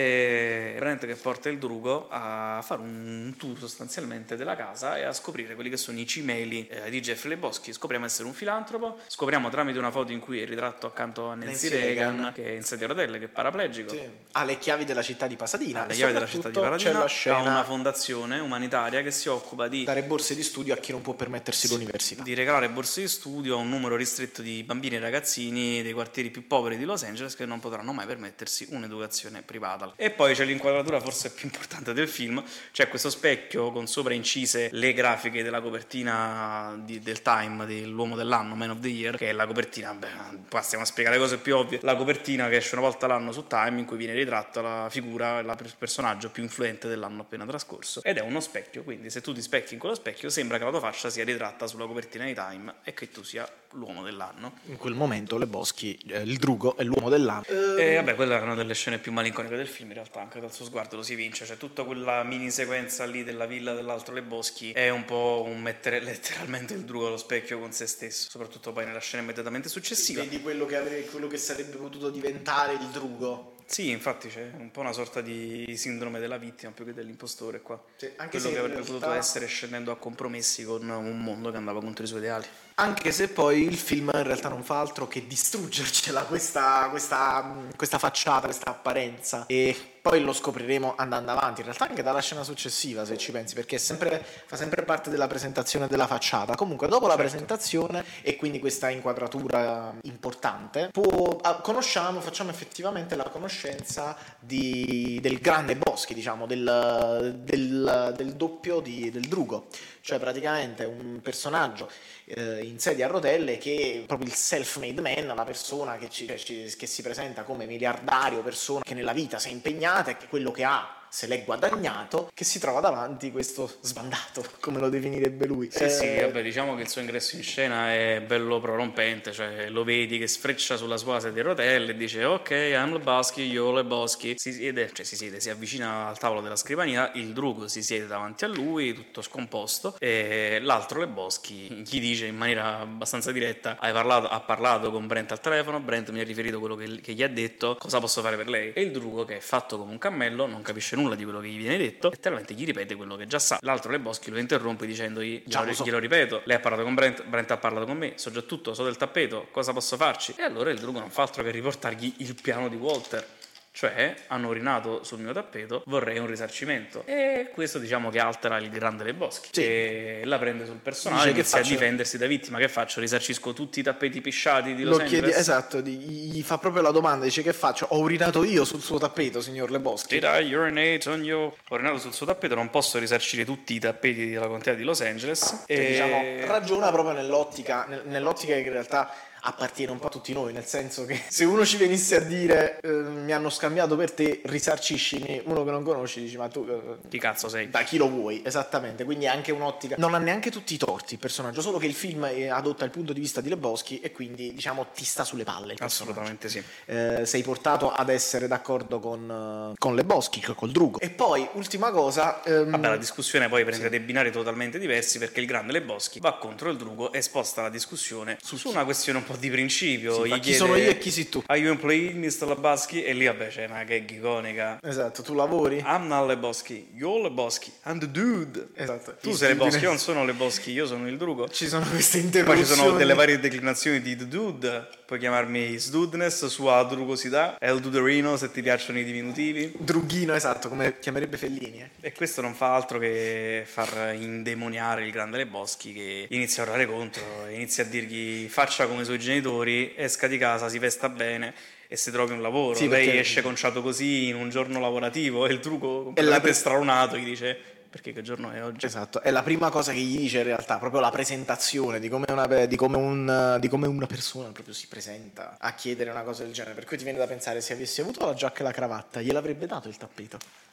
E Brent che porta il Drugo a fare un tour sostanzialmente della casa e a scoprire quelli che sono i cimeli eh, di Jeffrey Lebowski. Scopriamo essere un filantropo, scopriamo tramite una foto in cui è ritratto accanto a Nancy, Nancy Reagan, Reagan, che è in sedia a rotelle, che è paraplegico. Sì. Ha le chiavi della città di Pasadena. Ha le e chiavi della città di soprattutto c'è Paradina, la ha scena una fondazione umanitaria che si occupa di dare borse di studio a chi non può permettersi l'università. di regalare borse di studio a un numero ristretto di bambini e ragazzini dei quartieri più poveri di Los Angeles che non potranno mai permettersi un'educazione privata. E poi c'è l'inquadratura forse più importante del film, c'è questo specchio con sopra incise le grafiche della copertina di, del Time dell'uomo dell'anno, Man of the Year, che è la copertina, beh, qua stiamo a spiegare le cose più ovvie, la copertina che esce una volta l'anno su Time in cui viene ritratta la figura, il personaggio più influente dell'anno appena trascorso, ed è uno specchio, quindi se tu ti specchi in quello specchio sembra che la tua faccia sia ritratta sulla copertina di Time e che tu sia l'uomo dell'anno. In quel momento Lebowski, eh, il Drugo, è l'uomo dell'anno. E vabbè, quella era una delle scene più malinconiche del film, in realtà anche dal suo sguardo lo si vince, cioè tutta quella mini sequenza lì della villa dell'altro Lebowski è un po' un mettere letteralmente il Drugo allo specchio con se stesso, soprattutto poi nella scena immediatamente successiva. Vedi quello che, avrebbe, quello che sarebbe potuto diventare il Drugo. Sì, infatti c'è un po' una sorta di sindrome della vittima più che dell'impostore qua. Sì, anche quello se che in avrebbe realtà- potuto essere scendendo a compromessi con un mondo che andava contro i suoi ideali. Anche se poi il film in realtà non fa altro che distruggercela questa, questa, questa facciata, questa apparenza, e poi lo scopriremo andando avanti, in realtà anche dalla scena successiva se ci pensi, perché è sempre, fa sempre parte della presentazione della facciata. Comunque dopo la presentazione e quindi questa inquadratura importante può, ah, conosciamo, facciamo effettivamente la conoscenza di, del grande Boschi, diciamo, del, del, del doppio di, del Drugo, cioè praticamente un personaggio eh, in sedia a rotelle che è proprio il self-made man, la persona che, ci, ci, che si presenta come miliardario, persona che nella vita si è impegnata e che quello che ha se l'è guadagnato, che si trova davanti questo sbandato, come lo definirebbe lui. Sì, Eh, sì, vabbè, diciamo che il suo ingresso in scena è bello prorompente, cioè lo vedi che sfreccia sulla sua sedia a rotelle e dice ok, I'm Lebowski, io Lebowski, si siede, cioè si siede, si avvicina al tavolo della scrivania, il Drugo si siede davanti a lui, tutto scomposto, e l'altro Lebowski gli dice in maniera abbastanza diretta, hai parlato, ha parlato con Brent al telefono, Brent mi ha riferito quello che, che gli ha detto, cosa posso fare per lei? E il Drugo, che è fatto come un cammello, non capisce nulla di quello che gli viene detto, letteralmente gli ripete quello che già sa. L'altro Lebowski lo interrompe dicendogli Già glielo, lo so. glielo ripeto, lei ha parlato con Brent, Brent ha parlato con me, so già tutto, so del tappeto, cosa posso farci? E allora il Drugo non fa altro che riportargli il piano di Walter, cioè hanno urinato sul mio tappeto, vorrei un risarcimento. E questo diciamo che altera il grande Lebowski, Sì. che la prende sul personale, Dice che inizia faccio- a difendersi da vittima. Che faccio? Risarcisco tutti i tappeti pisciati di lo Los chiedi, Angeles? esatto, di- gli fa proprio la domanda, dice che faccio? Ho urinato io sul suo tappeto, signor Lebowski. Did I urinate on you? Ho urinato sul suo tappeto, non posso risarcire tutti i tappeti della contea di Los Angeles. Cioè, e... diciamo, ragiona proprio nell'ottica, nel- nell'ottica che in realtà appartiene un po' a tutti noi, nel senso che se uno ci venisse a dire eh, mi hanno scambiato per te, risarciscimi, uno che non conosci dici ma tu eh, Di cazzo sei? da chi lo vuoi, esattamente, quindi è anche un'ottica, non ha neanche tutti i torti il personaggio, solo che il film eh, adotta il punto di vista di Lebowski e quindi diciamo ti sta sulle palle il personaggio. Assolutamente sì. Eh, sei portato ad essere d'accordo con, eh, con Lebowski, cioè col Drugo. E poi ultima cosa, ehm, Vabbè, la discussione poi prende dei binari totalmente diversi, perché il grande Lebowski va contro il Drugo e sposta la discussione su, su una questione un po' di principio. sì, Gli ma chi chiede, sono io e chi sei tu? Are you employee, mister Lebowski? E lì vabbè c'è una gag iconica. Esatto, tu lavori? I'm not Lebowski, you're Lebowski, I'm the dude. Esatto. Tu sei Lebowski, io non sono Lebowski, io sono il Drugo. Ci sono queste Poi interruzioni. ci sono delle varie declinazioni di The Dude, puoi chiamarmi Sdudeness, sua drugosità, El Duderino se ti piacciono i diminutivi. Drughino, esatto, come chiamerebbe Fellini. Eh. E questo non fa altro che far indemoniare il grande Lebowski, che inizia a urlare contro, inizia a dirgli faccia come i suoi genitori, esca di casa, si vesta bene e si trovi un lavoro. Sì, Lei perché- esce conciato così in un giorno lavorativo e il Drugo completamente la- stralunato gli dice perché che giorno è oggi? Esatto, è la prima cosa che gli dice in realtà, proprio la presentazione di come una, di come un, di come una persona proprio si presenta a chiedere una cosa del genere. Per cui ti viene da pensare, se avessi avuto la giacca e la cravatta, gliel'avrebbe dato il tappeto.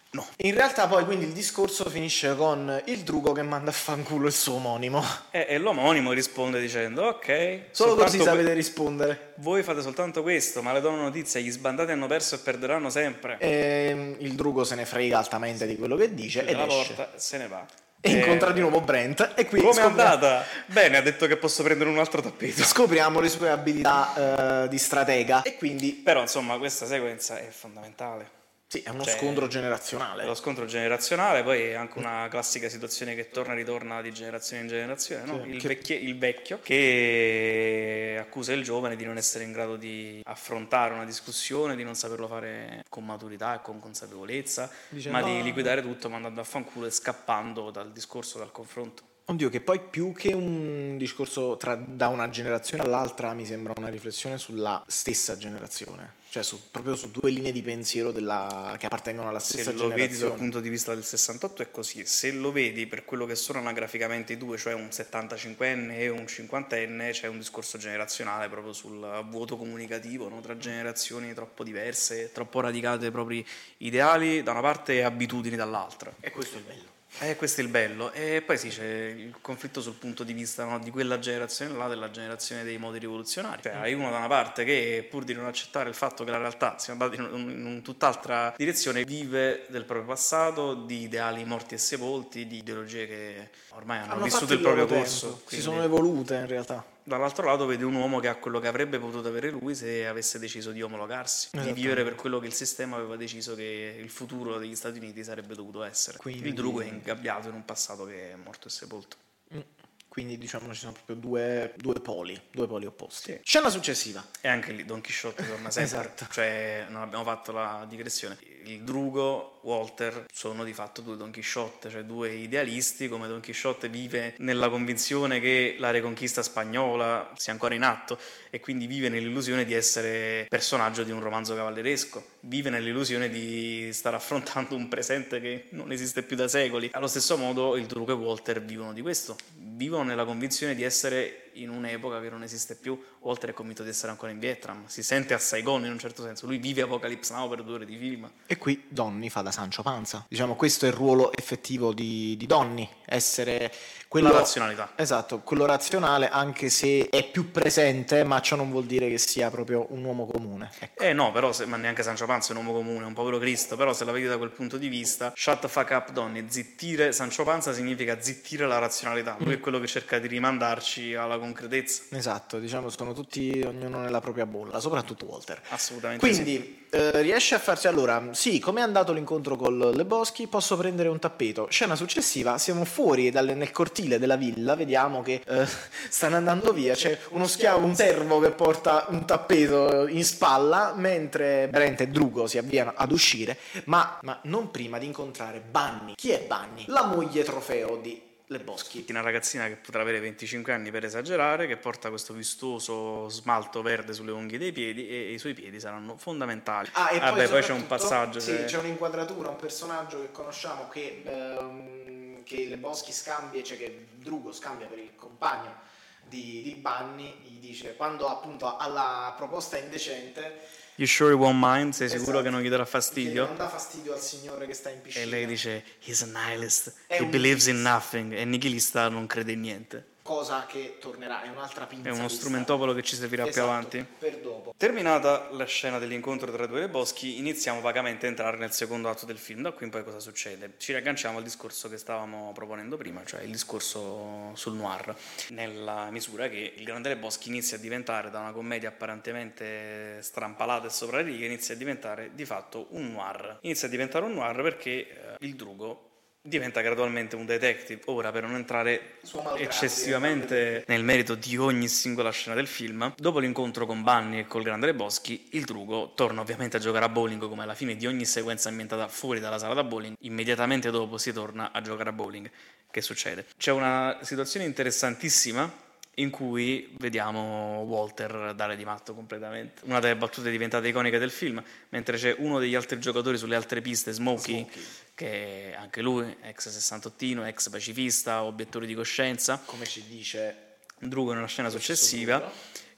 No. In realtà poi quindi il discorso finisce con il Drugo che manda a fanculo il suo omonimo. E, e l'omonimo risponde dicendo ok, Solo così soltanto sapete que- rispondere. voi fate soltanto questo, ma le do una notizia, gli sbandati hanno perso e perderanno sempre. E il Drugo se ne frega altamente di quello che dice Chiude ed la esce. porta e se ne va. E Eh, incontra di nuovo Brent e qui Come è scopri- andata? Bene, ha detto che posso prendere un altro tappeto. scopriamo le sue abilità eh, di stratega e quindi Però insomma questa sequenza è fondamentale. sì, è uno Cioè, scontro È generazionale. lo scontro generazionale, poi è anche una classica situazione che torna e ritorna di generazione in generazione, no? Sì, il, che- vecchie- il vecchio che accusa il giovane di non essere in grado di affrontare una discussione, di non saperlo fare con maturità e con consapevolezza, Dice, ma "No, di liquidare tutto mandando a fanculo e scappando dal discorso, dal confronto. Oddio, che poi più che un discorso tra, da una generazione all'altra mi sembra una riflessione sulla stessa generazione, cioè su, proprio su due linee di pensiero della, che appartengono alla Se stessa lo vedi dal generazione. punto di vista del sessantotto è così, se lo vedi per quello che sono anagraficamente i due, cioè un settantacinquenne e un cinquantenne, c'è un discorso generazionale proprio sul vuoto comunicativo, no? Tra generazioni troppo diverse, troppo radicate ai propri ideali da una parte e abitudini dall'altra. E questo è il bello. Eh, questo è il bello. E poi sì, c'è il conflitto sul punto di vista, no, di quella generazione là, della generazione dei modi rivoluzionari. Cioè hai uno da una parte che pur di non accettare il fatto che la realtà sia andata in, un- in un tutt'altra direzione, vive del proprio passato, di ideali morti e sepolti, di ideologie che ormai hanno, Hanno vissuto fatto il proprio loro corso. tempo, si Quindi, sono evolute in realtà. dall'altro lato vede un uomo che ha quello che avrebbe potuto avere lui se avesse deciso di omologarsi, di Esattamente. vivere per quello che il sistema aveva deciso che il futuro degli Stati Uniti sarebbe dovuto essere. Quindi- Il Drugo è ingabbiato in un passato che è morto e sepolto. Mm. Quindi diciamo ci sono proprio due, due poli, due poli opposti. Sì. Scena successiva. E anche lì Don Chisciotte torna sempre, Esatto. cioè non abbiamo fatto la digressione. Il Drugo, Walter, sono di fatto due Don Chisciotte, cioè due idealisti, come Don Chisciotte vive nella convinzione che la reconquista spagnola sia ancora in atto e quindi vive nell'illusione di essere personaggio di un romanzo cavalleresco, vive nell'illusione di stare affrontando un presente che non esiste più da secoli. Allo stesso modo il Drugo e Walter vivono di questo, vivono nella convinzione di essere in un'epoca che non esiste più. Walter è convinto di essere ancora in Vietnam, si sente a Saigon in un certo senso, lui vive Apocalypse Now per due ore di film. E qui Donny fa da Sancho Panza. Diciamo questo è il ruolo effettivo di, di Donny, essere quello, La razionalità. esatto, quello razionale, anche se è più presente, ma ciò non vuol dire che sia proprio un uomo comune. Ecco. Eh no, però, se, ma neanche Sancho Panza è un uomo comune, è un povero Cristo, però se la vedi da quel punto di vista, shut the fuck up Donny, zittire Sancho Panza significa zittire la razionalità, lui è quello che cerca di rimandarci alla concretezza. Esatto, diciamo sono tutti, ognuno nella propria bolla, soprattutto Walter. Assolutamente sì. Quindi eh, riesce a farsi allora, sì, come è andato l'incontro con Le Boschi, posso prendere un tappeto. Scena successiva, siamo fuori dal, nel cortile della villa, vediamo che eh, stanno andando via, c'è uno schiavo, un servo che porta un tappeto in spalla, mentre Brent e Drugo si avviano ad uscire, ma, ma non prima di incontrare Bunny. Chi è Bunny? La moglie trofeo di Le Boschi. Una ragazzina che potrà avere venticinque anni per esagerare, che porta questo vistoso smalto verde sulle unghie dei piedi e i suoi piedi saranno fondamentali. Ah, e Vabbè, poi, c'è soprattutto- un passaggio. Sì, che- c'è un'inquadratura, un personaggio che conosciamo che, ehm, che Le Boschi scambia, cioè che Drugo scambia per il compagno di, di Bunny, gli dice quando appunto alla proposta indecente. You sure you won't mind? Sei sicuro Esatto, che non gli darà che fastidio? non dà fastidio al signore che sta in piscina. E lei dice, he's a nihilist, È he un believes in nihilist. nothing. E nichilista non crede in niente. Cosa che tornerà, è un'altra pinza. È uno vista. strumentopolo che ci servirà più Esatto, avanti. per dopo. Terminata la scena dell'incontro tra i due Boschi, iniziamo vagamente a entrare nel secondo atto del film. Da qui in poi cosa succede? Ci riagganciamo al discorso che stavamo proponendo prima, cioè il discorso sul noir, nella misura che il Grande Boschi inizia a diventare, da una commedia apparentemente strampalata e sopra le righe, inizia a diventare di fatto un noir. Inizia a diventare un noir perché eh, il Drugo diventa gradualmente un detective. Ora, per non entrare Suo malgrado, eccessivamente nel merito di ogni singola scena del film, dopo l'incontro con Bunny e col Grande Lebowski, il Drugo torna ovviamente a giocare a bowling, come alla fine di ogni sequenza ambientata fuori dalla sala da bowling. Immediatamente dopo si torna a giocare a bowling. Che succede? C'è una situazione interessantissima in cui vediamo Walter dare di matto completamente. Una delle battute diventate iconiche del film, mentre c'è uno degli altri giocatori sulle altre piste, Smokey, Smokey. che anche lui, ex sessantottino, ex pacifista, obiettore di coscienza. Come ci dice Drugo nella scena successiva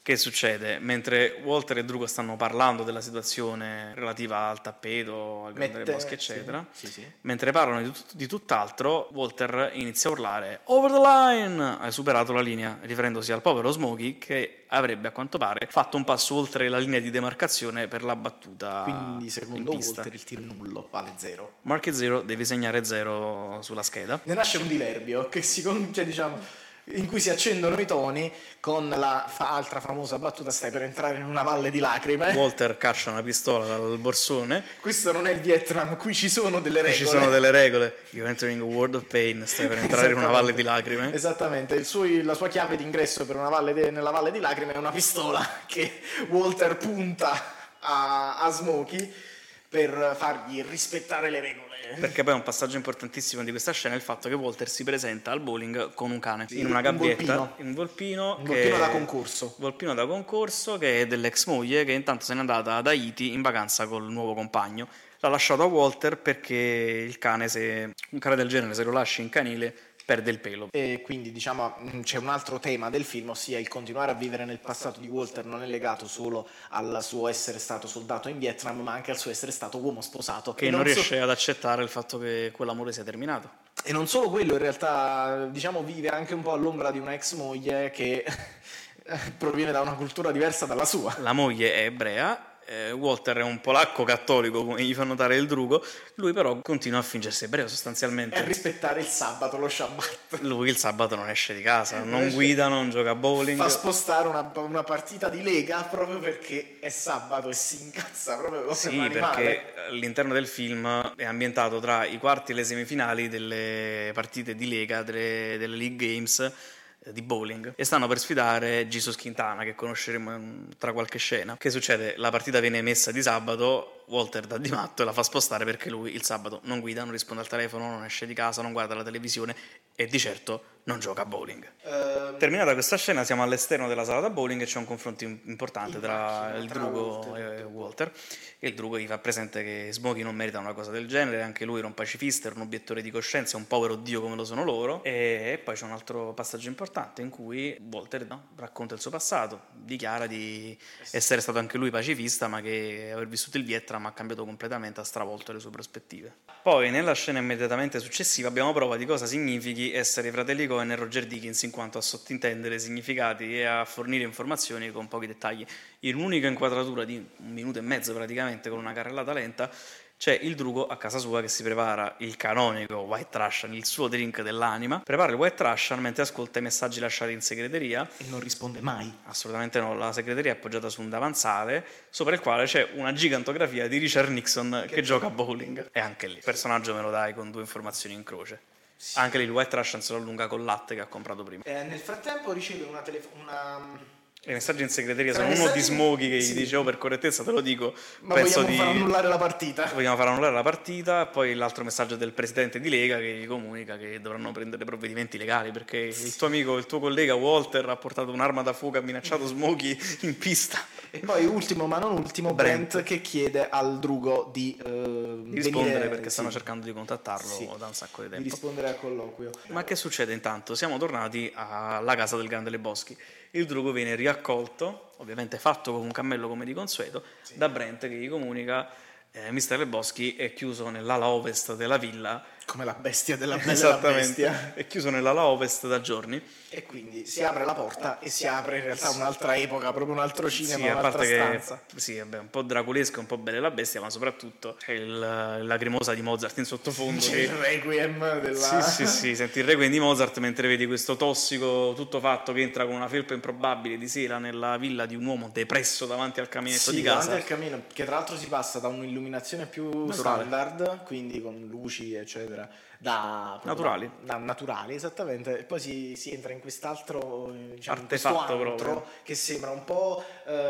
Che succede? Mentre Walter e Drugo stanno parlando della situazione relativa al tappeto, al grande Mette- boschi, eccetera, sì, sì, sì. mentre parlano di, tut- di tutt'altro, Walter inizia a urlare "Over the line!" Hai superato la linea, riferendosi al povero Smokey che avrebbe, a quanto pare, fatto un passo oltre la linea di demarcazione per la battuta Quindi in secondo pista. Walter il tiro è nullo, vale zero. Mark Zero, devi segnare zero sulla scheda. Ne nasce un diverbio che si con- cioè, diciamo, in cui si accendono i toni con la fa- altra famosa battuta: stai per entrare in una valle di lacrime. Walter caccia una pistola dal borsone. Questo non è il Vietnam, qui ci sono delle regole. Ci sono delle regole. You're entering a world of pain. Stai per entrare in una valle di lacrime. Esattamente, il suo- la sua chiave d'ingresso per una valle de- nella valle di lacrime è una pistola che Walter punta a, a Smokey per fargli rispettare le regole. Perché poi è un passaggio importantissimo di questa scena è il fatto che Walter si presenta al bowling con un cane Sì, in una un gabbietta, volpino. un volpino, Un che- volpino da concorso. volpino da concorso che è dell'ex moglie che intanto se n'è andata ad Haiti in vacanza col nuovo compagno. L'ha lasciato a Walter perché il cane, se un cane del genere se lo lasci in canile perde il pelo. E quindi diciamo mh, c'è un altro tema del film, ossia il continuare a vivere nel passato di Walter non è legato solo al suo essere stato soldato in Vietnam, ma anche al suo essere stato uomo sposato. Che E non so- riesce ad accettare il fatto che quell'amore sia terminato. E non solo quello, in realtà diciamo vive anche un po' all'ombra di una ex moglie che proviene da una cultura diversa dalla sua. La moglie è ebrea, eh, Walter è un polacco cattolico, come gli fa notare il Drugo, lui però continua a fingersi ebreo E a sostanzialmente. rispettare il sabato, lo Shabbat. Lui il sabato non esce di casa, Non non esce. guida, non gioca a bowling. Fa spostare una, una partita di Lega proprio perché è sabato e si incazza proprio come Sì, un animale. perché all'interno del film è ambientato tra i quarti e le semifinali delle partite di Lega, delle, delle League Games eh, di bowling, e stanno per sfidare Jesus Quintana, che conosceremo in- tra qualche scena. Che succede? La partita viene emessa di sabato, Walter dà di matto e la fa spostare perché lui il sabato non guida, non risponde al telefono, non esce di casa, non guarda la televisione e di certo non gioca a bowling. Ehm, Terminata questa scena siamo all'esterno della sala da bowling e c'è un confronto im- importante In tra macchina, il tra Drugo Walter. e Walter, e il Drugo gli fa presente che Smokey non merita una cosa del genere, anche lui era un pacifista, era un obiettore di coscienza, un povero dio come lo sono loro. E poi c'è un altro passaggio importante in cui Walter, no, racconta il suo passato, dichiara di essere stato anche lui pacifista, ma che aver vissuto il Vietnam ha cambiato completamente, ha stravolto le sue prospettive. Poi nella scena immediatamente successiva abbiamo prova di cosa significhi essere i fratelli Coen e Roger Dickens, in quanto a sottintendere significati e a fornire informazioni con pochi dettagli. In un'unica inquadratura di un minuto e mezzo praticamente, con una carrellata lenta, c'è il Drugo a casa sua che si prepara il canonico White Russian, il suo drink dell'anima, prepara il White Russian mentre ascolta i messaggi lasciati in segreteria. E non risponde mai. Assolutamente no, la segreteria è appoggiata su un davanzale sopra il quale c'è una gigantografia di Richard Nixon che, gioca a bowling. E anche lì, personaggio me lo dai con due informazioni in croce. Anche lì il White Russian se lo allunga col latte che ha comprato prima. Eh, nel frattempo riceve una telefonata. E i messaggi in segreteria Tra sono i uno di messaggi- Smokey che gli sì. dice: oh, per correttezza te lo dico, Ma penso vogliamo di... far annullare la partita. vogliamo far annullare la partita. Poi l'altro messaggio del presidente di Lega che gli comunica che dovranno prendere provvedimenti legali perché il tuo amico, il tuo collega Walter ha portato un'arma da fuoco, ha minacciato Smokey in pista. E poi ultimo ma non ultimo Brent, Brent. che chiede al Drugo di, eh, Di rispondere venire- perché stanno sì, cercando di contattarlo sì, da un sacco di di tempo. rispondere al colloquio. Ma che succede intanto? Siamo tornati alla casa del Grande dei Boschi. Il Drugo viene riaccolto, ovviamente fatto con un cammello come di consueto, da Brent che gli comunica eh, mister Le Boschi è chiuso nell'ala ovest della villa. Come la bestia della bella e la bestia. Esattamente, è chiuso nell'ala ovest da giorni. E quindi si apre la porta e si apre in realtà un'altra epoca, proprio un altro cinema, Sì, a un'altra parte che stanza. sì, vabbè, un po' draculesco, un po' bella la bestia, ma soprattutto c'è il, il lacrimosa di Mozart in sottofondo. C'è che- il requiem della... Sì, sì, sì, senti il requiem di Mozart mentre vedi questo tossico tutto fatto che entra con una felpa improbabile di sera nella villa di un uomo depresso davanti al caminetto Sì, di davanti casa. al camino, che tra l'altro si passa da un'illuminazione più Naturale. standard, quindi con luci eccetera, da Naturali. da, da naturali esattamente, e poi si, si entra in quest'altro eh, diciamo, in Artefatto questo antro proprio. che sembra un po'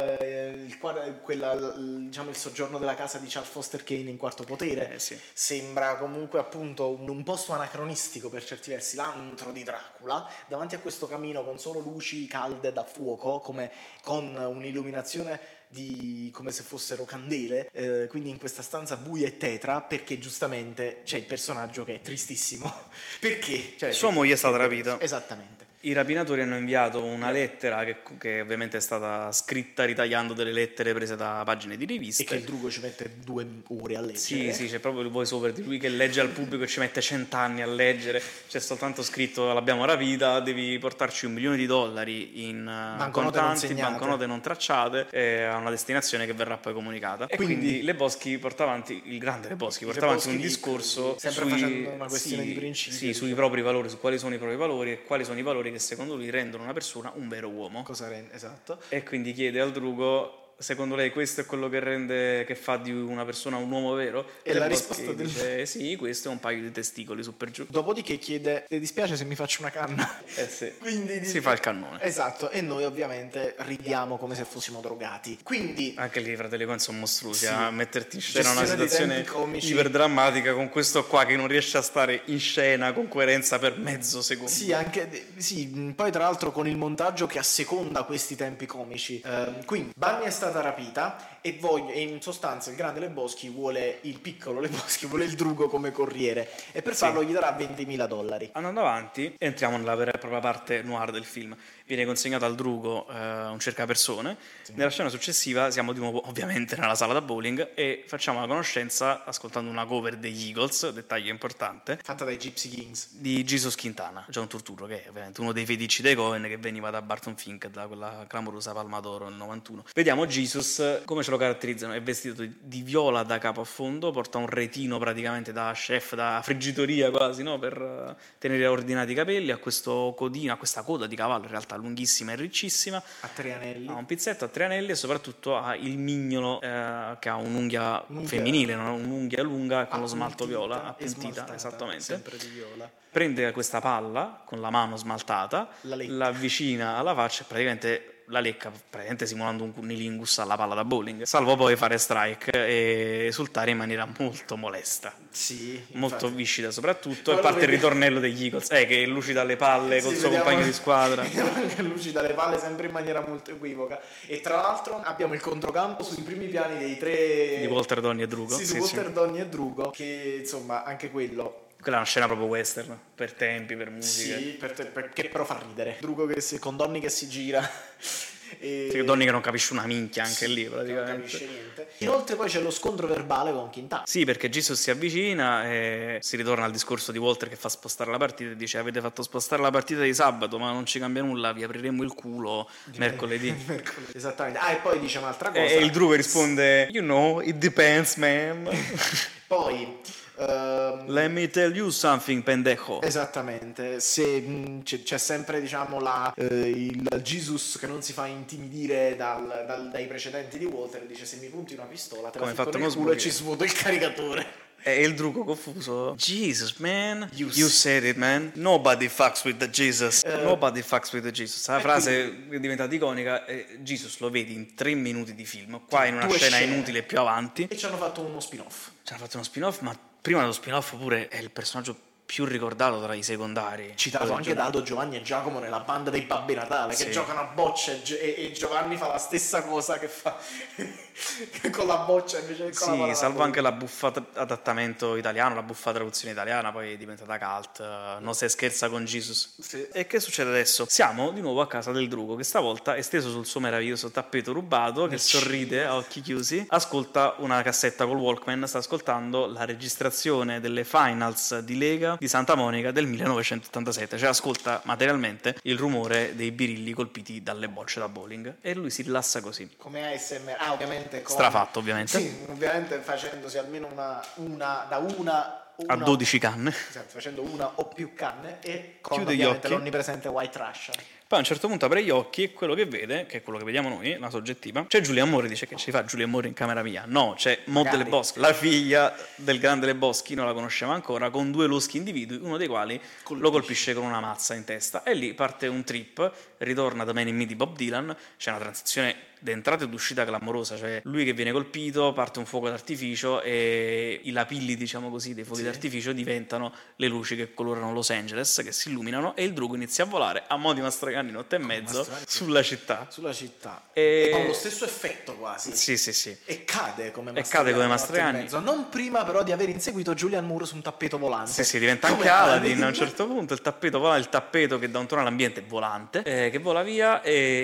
eh, il, quadro- quella, il- diciamo, il soggiorno della casa di Charles Foster Kane in Quarto Potere. Eh, sì. Sembra comunque appunto un, un posto anacronistico per certi versi, l'antro di Dracula, davanti a questo camino con solo luci calde da fuoco, come con un'illuminazione di come se fossero candele, eh, quindi in questa stanza buia e tetra, perché giustamente c'è il personaggio che è tristissimo perché cioè, Sua moglie è stata rapita. esattamente, I rapinatori hanno inviato una lettera che, che ovviamente è stata scritta ritagliando delle lettere prese da pagine di riviste. E che il Drugo ci mette due ore a leggere. Sì, sì, c'è proprio il voice over di lui che legge al pubblico e ci mette cent'anni a leggere. C'è soltanto scritto: l'abbiamo rapita, devi portarci un milione di dollari in uh, contanti, banconote non tracciate, eh, a una destinazione che verrà poi comunicata. E quindi, quindi Le Boschi porta avanti, il grande Le Boschi porta avanti un discorso sempre sui, facendo una questione sì, di principio. Sì, sui propri valori, su quali sono i propri valori e quali sono i valori che secondo lui rendono una persona un vero uomo. Cosa rende? Esatto. E quindi chiede al Drugo: secondo lei questo è quello che rende, che fa di una persona un uomo vero? E, e la risposta del... dice sì, questo è un paio di testicoli su per giù. Dopodiché chiede: ti dispiace se mi faccio una canna? Eh sì. Quindi si fa il cannone. Esatto, e noi ovviamente ridiamo come se fossimo drogati. Quindi anche lì i Fratelli Coen sono mostruosi, sì, a metterti in Gestione scena una situazione iperdrammatica con questo qua che non riesce a stare in scena con coerenza per mezzo secondo. Sì, anche sì, poi tra l'altro con il montaggio che asseconda questi tempi comici. Uh, quindi Bunny è stata rapita e, voglio, e in sostanza il grande Le Boschi vuole il piccolo Le Boschi vuole il Drugo come corriere e per farlo sì, gli darà ventimila dollari. Andando avanti entriamo nella vera e propria parte noir del film. Viene consegnato al Drugo eh, un cercapersone. Sì. Nella scena successiva siamo di nuovo ovviamente nella sala da bowling e facciamo la conoscenza ascoltando una cover degli Eagles, dettaglio importante, fatta dai Gypsy Kings, di Jesus Quintana, John Turturro, che è ovviamente uno dei fetici dei Coen, che veniva da Barton Fink, da quella clamorosa Palma d'Oro nel novantuno. Vediamo Jesus come ce lo caratterizzano: è vestito di viola da capo a fondo, porta un retino praticamente da chef, da friggitoria quasi, no? Per tenere ordinati i capelli, ha questo codino, ha questa coda di cavallo in realtà lunghissima e riccissima, a tre anelli, ha un pizzetto a tre anelli e soprattutto ha il mignolo eh, che ha un'unghia, un'unghia femminile, no? Un'unghia lunga con lo smalto viola, appuntita, esattamente, sempre di viola. Prende questa palla con la mano smaltata, la, la avvicina alla faccia e praticamente la lecca, praticamente simulando un cunnilingus alla palla da bowling, salvo poi fare strike e esultare in maniera molto molesta, sì, molto viscida soprattutto, e parte il ritornello degli Eagles, eh, che lucida le palle sì, col suo vediamo, compagno di squadra, che lucida le palle sempre in maniera molto equivoca. E tra l'altro abbiamo il controcampo sui primi piani dei tre di Walter, Donny e Drugo, sì, su sì, Walter, sì. Donny e Drugo, che insomma anche quello, quella è una scena proprio western, per tempi, per musica. Sì, per te, per, che però fa ridere. Drugo che si, con Donny che si gira. E... sì, Donny che non capisce una minchia anche sì, lì praticamente. Non capisce niente. Inoltre poi c'è lo scontro verbale con Quintana. Sì, perché Jesus si avvicina e si ritorna al discorso di Walter che fa spostare la partita e dice: avete fatto spostare la partita di sabato, ma non ci cambia nulla, vi apriremo il culo di mercoledì. mercoledì. Esattamente. Ah, e poi dice un'altra cosa. E il Drugo risponde: you know, it depends, man. Poi Uh, let me tell you something, pendejo. Esattamente, se mh, c'è, c'è sempre diciamo la, uh, il Jesus che non si fa intimidire dal, dal, dai precedenti di Walter, dice: se mi punti una pistola te la fitto nel culo e ci svuoto il caricatore. E il Drugo confuso: Jesus, man, you, you said it, man. Nobody fucks with the Jesus. Uh, Nobody fucks with the Jesus. La frase quindi è diventata iconica. E Jesus lo vedi in tre minuti di film, qua in una scena scene. inutile più avanti. E ci hanno fatto uno spin-off. Ci hanno fatto uno spin-off, ma prima dello spin-off pure è il personaggio più ricordato tra i secondari. Citato anche da Aldo, Giovanni e Giacomo nella banda dei Babbi Natale, sì, che giocano a boccia e, e Giovanni fa la stessa cosa che fa con la boccia invece che con sì, la salvo anche la buffa adattamento italiano, la buffa traduzione italiana, poi è diventata cult, uh, non se scherza con Jesus. Sì. E che succede adesso? Siamo di nuovo a casa del Drugo, che stavolta è steso sul suo meraviglioso tappeto rubato, che sorride a occhi chiusi, ascolta una cassetta col Walkman, sta ascoltando la registrazione delle finals di Lega di Santa Monica del millenovecentottantasette, cioè ascolta materialmente il rumore dei birilli colpiti dalle bocce da bowling e lui si rilassa così. Come A S M R, ah ovviamente con... strafatto ovviamente. Sì, ovviamente facendosi almeno una, una da una, una a dodici canne. Esatto, facendo una o più canne e con chiude gli occhi, l'onnipresente White Russian. Poi a un certo punto apre gli occhi e quello che vede, che è quello che vediamo noi, la soggettiva, c'è Giulia Moore, dice: che ci fa Giulia Moore in camera mia? No, c'è Maud Le Boschi, la figlia del grande Le Boschi, non la conosciamo ancora, con due loschi individui, uno dei quali colpisce. lo colpisce con una mazza in testa. E lì parte un trip, ritorna da Man in Me di Bob Dylan, c'è una transizione d'entrata ed uscita clamorosa, cioè lui che viene colpito, parte un fuoco d'artificio e i lapilli, diciamo così, dei fuochi sì. d'artificio diventano le luci che colorano Los Angeles, che si illuminano, e il Drugo inizia a volare a mo' di una, stra- Mastroianni notte e mezzo Mastroianni. sulla città. Sulla città. E- E con lo stesso effetto quasi. Sì, sì, sì. E cade come E cade come Mastroianni. Mastroianni. Non prima però di aver inseguito Julian Moore su un tappeto volante. Sì, sì, diventa Come anche Aladdin Aladdin. a un certo punto, il tappeto vola, il tappeto che dà un tono all'ambiente è volante, eh, che vola via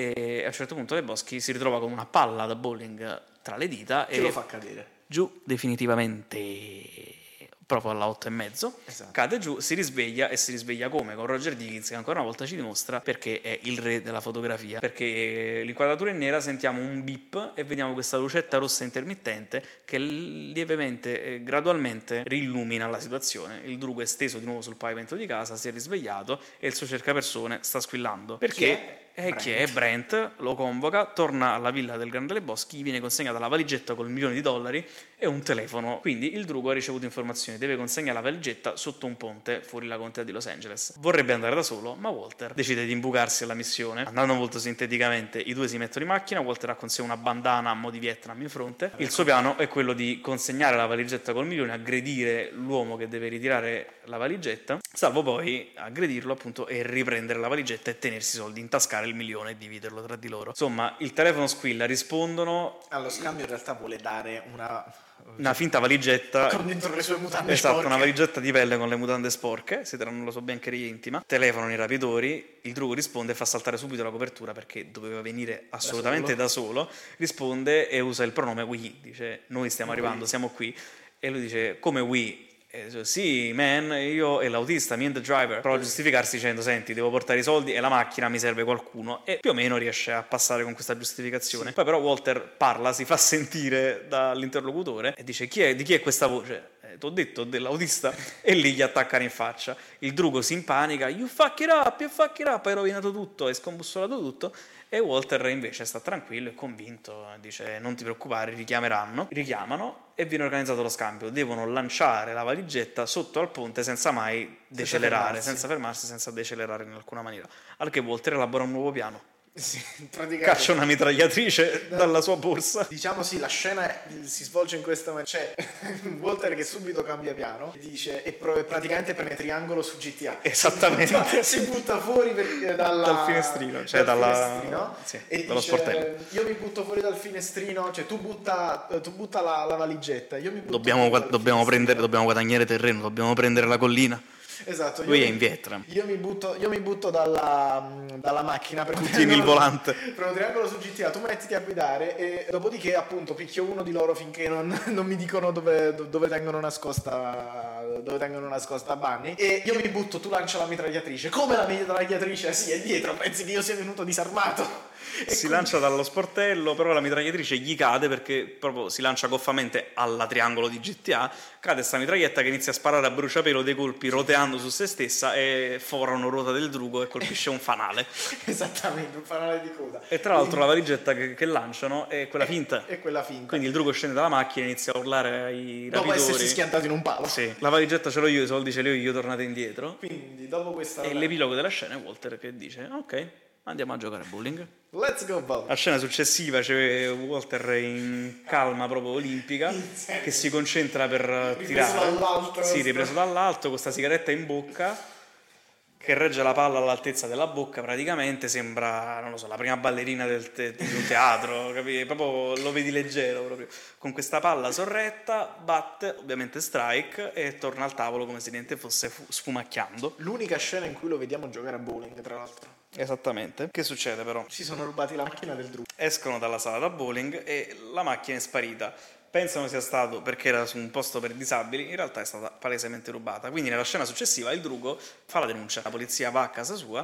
e a un certo punto Le Boschi si ritrova con una palla da bowling tra le dita Che e lo fa cadere. giù definitivamente proprio alla otto e mezzo, Esatto. cade giù, si risveglia e si risveglia come? Con Roger Dickens che ancora una volta ci dimostra perché è il re della fotografia, perché l'inquadratura è nera, sentiamo un beep e vediamo questa lucetta rossa intermittente che lievemente, eh, gradualmente riillumina la situazione. Il drugo è steso di nuovo sul pavimento di casa, si è risvegliato e il suo cercapersone sta squillando. Perché? Chi è? E chi è? Brent lo convoca, torna alla villa del Grande Le Boschi, gli viene consegnata la valigetta con il milione di dollari e un telefono. Quindi il drugo ha ricevuto informazioni, deve consegnare la valigetta sotto un ponte fuori la contea di Los Angeles. Vorrebbe andare da solo, ma Walter decide di imbucarsi alla missione. Andando molto sinteticamente, i due si mettono in macchina, Walter ha con sé una bandana a mo' di Vietnam in fronte. Il suo piano è quello di consegnare la valigetta col milione, aggredire l'uomo che deve ritirare la valigetta, salvo poi aggredirlo appunto e riprendere la valigetta e tenersi i soldi, intascare il milione e dividerlo tra di loro. Insomma, il telefono squilla, rispondono. Allo scambio in realtà vuole dare una... Una finta valigetta. Con dentro le sue mutande Esatto, sporche. una valigetta di pelle con le mutande sporche, si terranno la sua biancheria intima, telefonano i rapitori, il drugo risponde e fa saltare subito la copertura perché doveva venire assolutamente da solo, da solo risponde e usa il pronome we, dice noi stiamo arrivando, siamo qui, e lui dice come we? E dice, sì, man, io e l'autista, me and the driver, prova a giustificarsi dicendo senti, devo portare i soldi e la macchina, mi serve qualcuno, e più o meno riesce a passare con questa giustificazione. Sì. Poi però Walter parla, si fa sentire dall'interlocutore e dice chi è, di chi è questa voce? Eh, t'ho detto dell'autista, e lì gli attaccano in faccia. Il drugo si impanica, you fuck it up, you fuck it up, hai rovinato tutto, hai scombussolato tutto. E Walter invece sta tranquillo e convinto, dice non ti preoccupare, richiameranno, richiamano e viene organizzato lo scambio, devono lanciare la valigetta sotto al ponte senza mai decelerare, senza fermarsi, senza, fermarsi, senza decelerare in alcuna maniera, al che Walter elabora un nuovo piano. Sì, praticamente caccia una mitragliatrice dalla sua borsa. Diciamo sì, la scena si svolge in questa maniera. C'è Walter che subito cambia piano e dice e praticamente preme triangolo su G T A. Esattamente. Si butta fuori per, dalla, dal finestrino, cioè dal dalla finestrino, sì, e dallo dice, sportello. Io mi butto fuori dal finestrino, cioè tu butta, tu butta la, la valigetta, io mi butto dobbiamo, fuori dal dobbiamo prendere, dobbiamo guadagnare terreno, dobbiamo prendere la collina. Esatto, lui io è mi, in Vietnam. Io mi butto, io mi butto dalla, dalla macchina per tieni il volante, premo triangolo su G T A, tu mettiti a guidare e dopodiché appunto picchio uno di loro finché non, non mi dicono dove, dove tengono nascosta dove tengono nascosta Bunny e io mi butto, tu lancia la mitragliatrice. Come la mitragliatrice? Sì, è dietro, pensi che io sia venuto disarmato? E si quindi... lancia dallo sportello, però la mitragliatrice gli cade perché proprio si lancia goffamente alla triangolo di G T A, cade sta mitraglietta che inizia a sparare a bruciapelo dei colpi roteando su se stessa e fora una ruota del drugo e colpisce un fanale. Esattamente, un fanale di coda. E tra l'altro la valigetta che, che lanciano è quella finta. È quella finta. Quindi il drugo scende dalla macchina e inizia a urlare ai dopo rapitori. Dopo essersi schiantato in un palo. Sì, la valigetta ce l'ho io, i soldi ce li ho io, tornate indietro. Quindi dopo questa... E l'epilogo della scena è Walter che dice ok, andiamo a giocare a bowling. Let's go bowling. La scena successiva c'è Walter in calma proprio olimpica che si concentra per ripreso tirare dall'alto, sì, ripreso dall'alto con questa sigaretta in bocca che regge la palla all'altezza della bocca, praticamente sembra, non lo so, la prima ballerina del te- di un teatro, capi? Proprio lo vedi leggero proprio. Con questa palla sorretta batte ovviamente strike e torna al tavolo come se niente fosse fu- sfumacchiando. L'unica scena in cui lo vediamo giocare a bowling, tra l'altro. Esattamente. Che succede però? Si sono rubati la macchina del drugo. Escono dalla sala da bowling e la macchina è sparita. Pensano sia stato perché era su un posto per disabili, in realtà è stata palesemente rubata. Quindi nella scena successiva il drugo fa la denuncia, la polizia va a casa sua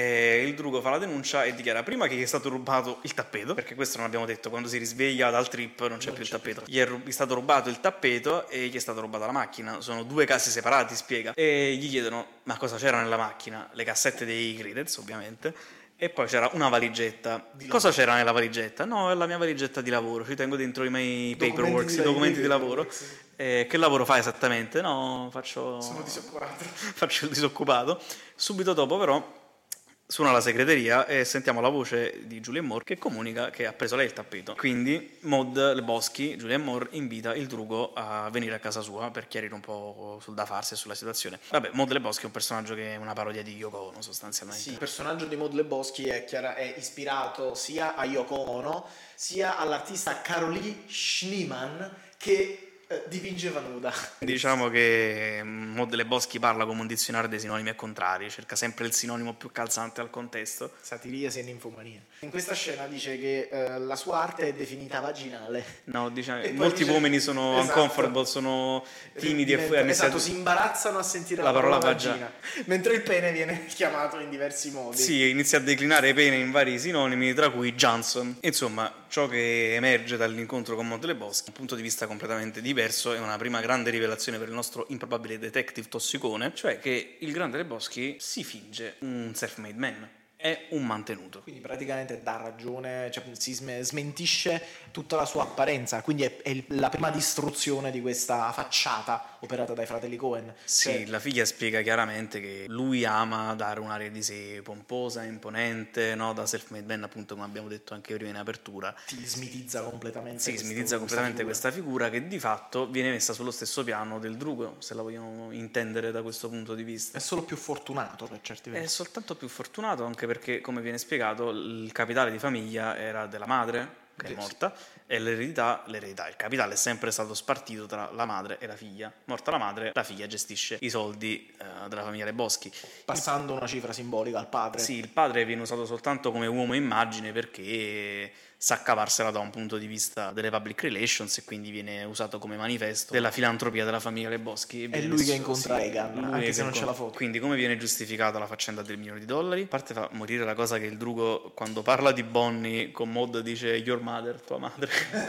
e il drugo fa la denuncia e dichiara prima che gli è stato rubato il tappeto, perché questo non abbiamo detto, quando si risveglia dal trip non c'è non più c'è il tappeto. Gli è, rub- gli è stato rubato il tappeto e gli è stata rubata la macchina, sono due casi separati, spiega, e gli chiedono ma cosa c'era nella macchina? Le cassette dei Creedence ovviamente. E poi c'era una valigetta. Cosa c'era nella valigetta? No, è la mia valigetta di lavoro. Ci tengo dentro i miei paperwork, i documenti di lavoro. Eh, che lavoro fai esattamente? No, faccio... Sono disoccupato. faccio il disoccupato. Subito dopo però Suona la segreteria e sentiamo la voce di Julianne Moore che comunica che ha preso lei il tappeto. Quindi Maud Lebowski, Julianne Moore, invita il drugo a venire a casa sua per chiarire un po' sul da farsi e sulla situazione. Vabbè, Maud Lebowski è un personaggio che è una parodia di Yoko Ono sostanzialmente. Sì, il personaggio di Maud Lebowski è, chiara, è ispirato sia a Yoko Ono sia all'artista Carolee Schneemann che dipingeva nuda. Diciamo che Maud Lebowski parla come un dizionario dei sinonimi e contrari, cerca sempre il sinonimo più calzante al contesto. Satiriasi e ninfomania. In questa scena dice che uh, la sua arte è definita vaginale. No, diciamo, dice... molti uomini sono esatto. uncomfortable, sono timidi Diventa, e esatto, si imbarazzano a sentire la, la parola, parola vagina, mentre il pene viene chiamato in diversi modi. Sì, inizia a declinare pene in vari sinonimi, tra cui Johnson. Insomma, ciò che emerge dall'incontro con Maud Lebowski, un punto di vista completamente diverso, è una prima grande rivelazione per il nostro improbabile detective tossicone, cioè che il grande Lebowski si finge un self-made man, è un mantenuto. Quindi praticamente dà ragione, cioè si smentisce tutta la sua apparenza, quindi è, è la prima distruzione di questa facciata operata dai fratelli Coen. Sì, cioè, la figlia spiega chiaramente che lui ama dare un'aria di sé pomposa, imponente, no? Da self-made man, appunto, come abbiamo detto anche prima in apertura. Ti smitizza completamente. Sì, questo, smitizza completamente questa figura. questa figura che di fatto viene messa sullo stesso piano del drugo, se la vogliamo intendere da questo punto di vista. È solo più fortunato per certi versi. È soltanto più fortunato, anche perché, come viene spiegato, il capitale di famiglia era della madre, che è morta, e l'eredità, l'eredità, il capitale è sempre stato spartito tra la madre e la figlia. Morta la madre, la figlia gestisce i soldi uh, della famiglia Lebowski. Passando una cifra simbolica al padre. Sì, il padre viene usato soltanto come uomo immagine perché sa cavarsela da un punto di vista delle public relations e quindi viene usato come manifesto della filantropia della famiglia Lebowski. È lui che incontra sì, Egan, anche se non c'è la foto. Quindi come viene giustificata la faccenda del milione di dollari? A parte fa morire la cosa che il drugo, quando parla di Bonnie con Maud, dice your mother, tua madre.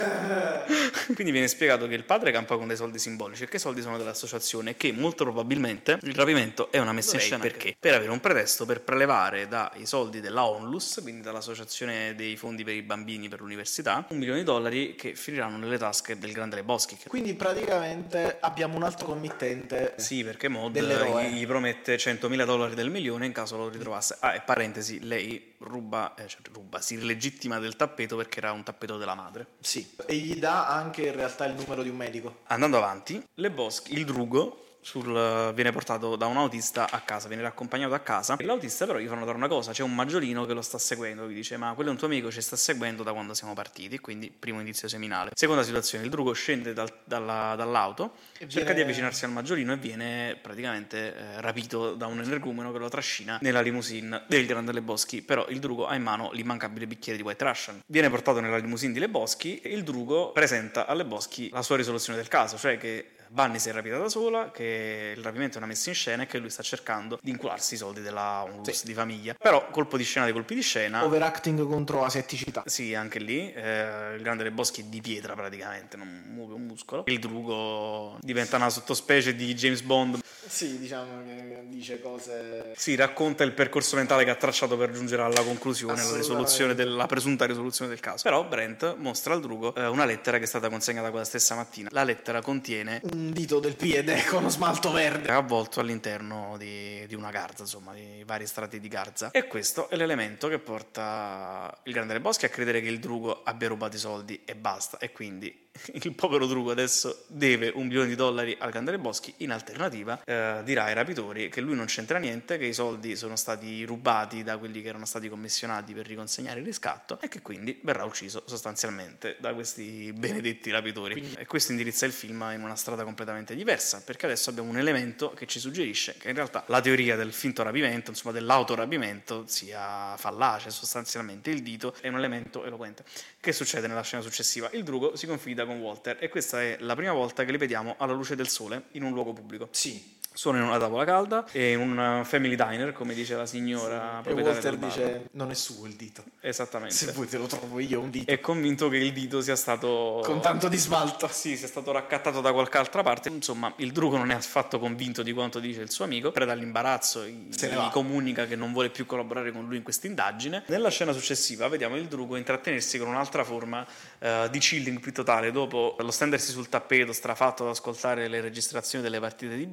Quindi viene spiegato che il padre campa con dei soldi simbolici e che i soldi sono dell'associazione e che molto probabilmente il rapimento è una messa in scena. Perché? Per avere un pretesto per prelevare dai soldi della Onlus, quindi dall'associazione dei fondi per i bambini per l'università, un milione di dollari che finiranno nelle tasche del grande Lebowski. Quindi praticamente abbiamo un altro committente. Sì, perché Maud gli, gli promette centomila dollari del milione in caso lo ritrovasse. Ah, e parentesi, lei ruba, eh, cioè ruba, si rilegittima del tappeto perché era un tappeto della madre. Sì, e gli dà anche in realtà il numero di un medico. Andando avanti, Lebowski, il drugo, Sul, viene portato da un autista a casa, viene raccompagnato a casa e l'autista però gli fa notare una cosa, c'è un maggiolino che lo sta seguendo, gli dice ma quello è un tuo amico, ci sta seguendo da quando siamo partiti, quindi primo indizio seminale. Seconda situazione, il drugo scende dal, dalla, dall'auto, e cerca viene... di avvicinarsi al maggiolino e viene praticamente eh, rapito da un energumeno che lo trascina nella limousine del grande Lebowski, però il drugo ha in mano l'immancabile bicchiere di White Russian. Viene portato nella limousine di Lebowski e il drugo presenta a Lebowski la sua risoluzione del caso, cioè che Bunny si è rapita da sola, che il rapimento è una messa in scena e che lui sta cercando di incularsi i soldi della Onlus sì. di famiglia. Però colpo di scena dei colpi di scena, overacting contro asetticità. Sì, anche lì eh, il grande Lebowski è di pietra praticamente, non muove un muscolo. Il drugo diventa una sottospecie di James Bond. Sì, diciamo che dice cose. Sì, racconta il percorso mentale che ha tracciato per giungere alla conclusione, alla risoluzione della presunta risoluzione del caso. Però Brent mostra al drugo eh, una lettera che è stata consegnata quella stessa mattina. La lettera contiene un dito del piede con uno smalto verde avvolto all'interno di, di una garza, insomma, di vari strati di garza. E questo è l'elemento che porta il grande Lebowski a credere che il drugo abbia rubato i soldi e basta. E quindi il povero drugo adesso deve un milione di dollari al grande Lebowski. In alternativa eh, dirà ai rapitori che lui non c'entra niente, che i soldi sono stati rubati da quelli che erano stati commissionati per riconsegnare il riscatto e che quindi verrà ucciso sostanzialmente da questi benedetti rapitori. Quindi, e questo indirizza il film in una strada completamente diversa, perché adesso abbiamo un elemento che ci suggerisce che in realtà la teoria del finto rapimento, insomma dell'autorapimento, sia fallace. Sostanzialmente il dito è un elemento eloquente. Che succede nella scena successiva? Il drugo si confida con Walter e questa è la prima volta che li vediamo alla luce del sole in un luogo pubblico. Sì. Sono in una tavola calda e in un family diner, come dice la signora sì. E Walter dice non è suo il dito. Esattamente. Se vuoi te lo trovo io un dito. È convinto che il dito sia stato con tanto di smalto. Sì, sia stato raccattato da qualche altra parte. Insomma, il drugo non è affatto convinto di quanto dice il suo amico. Preda all'imbarazzo, gli comunica che non vuole più collaborare con lui in questa indagine. Nella scena successiva vediamo il drugo intrattenersi con un'altra forma uh, di chilling più totale. Dopo lo stendersi sul tappeto strafatto ad ascoltare le registrazioni delle partite di bowling,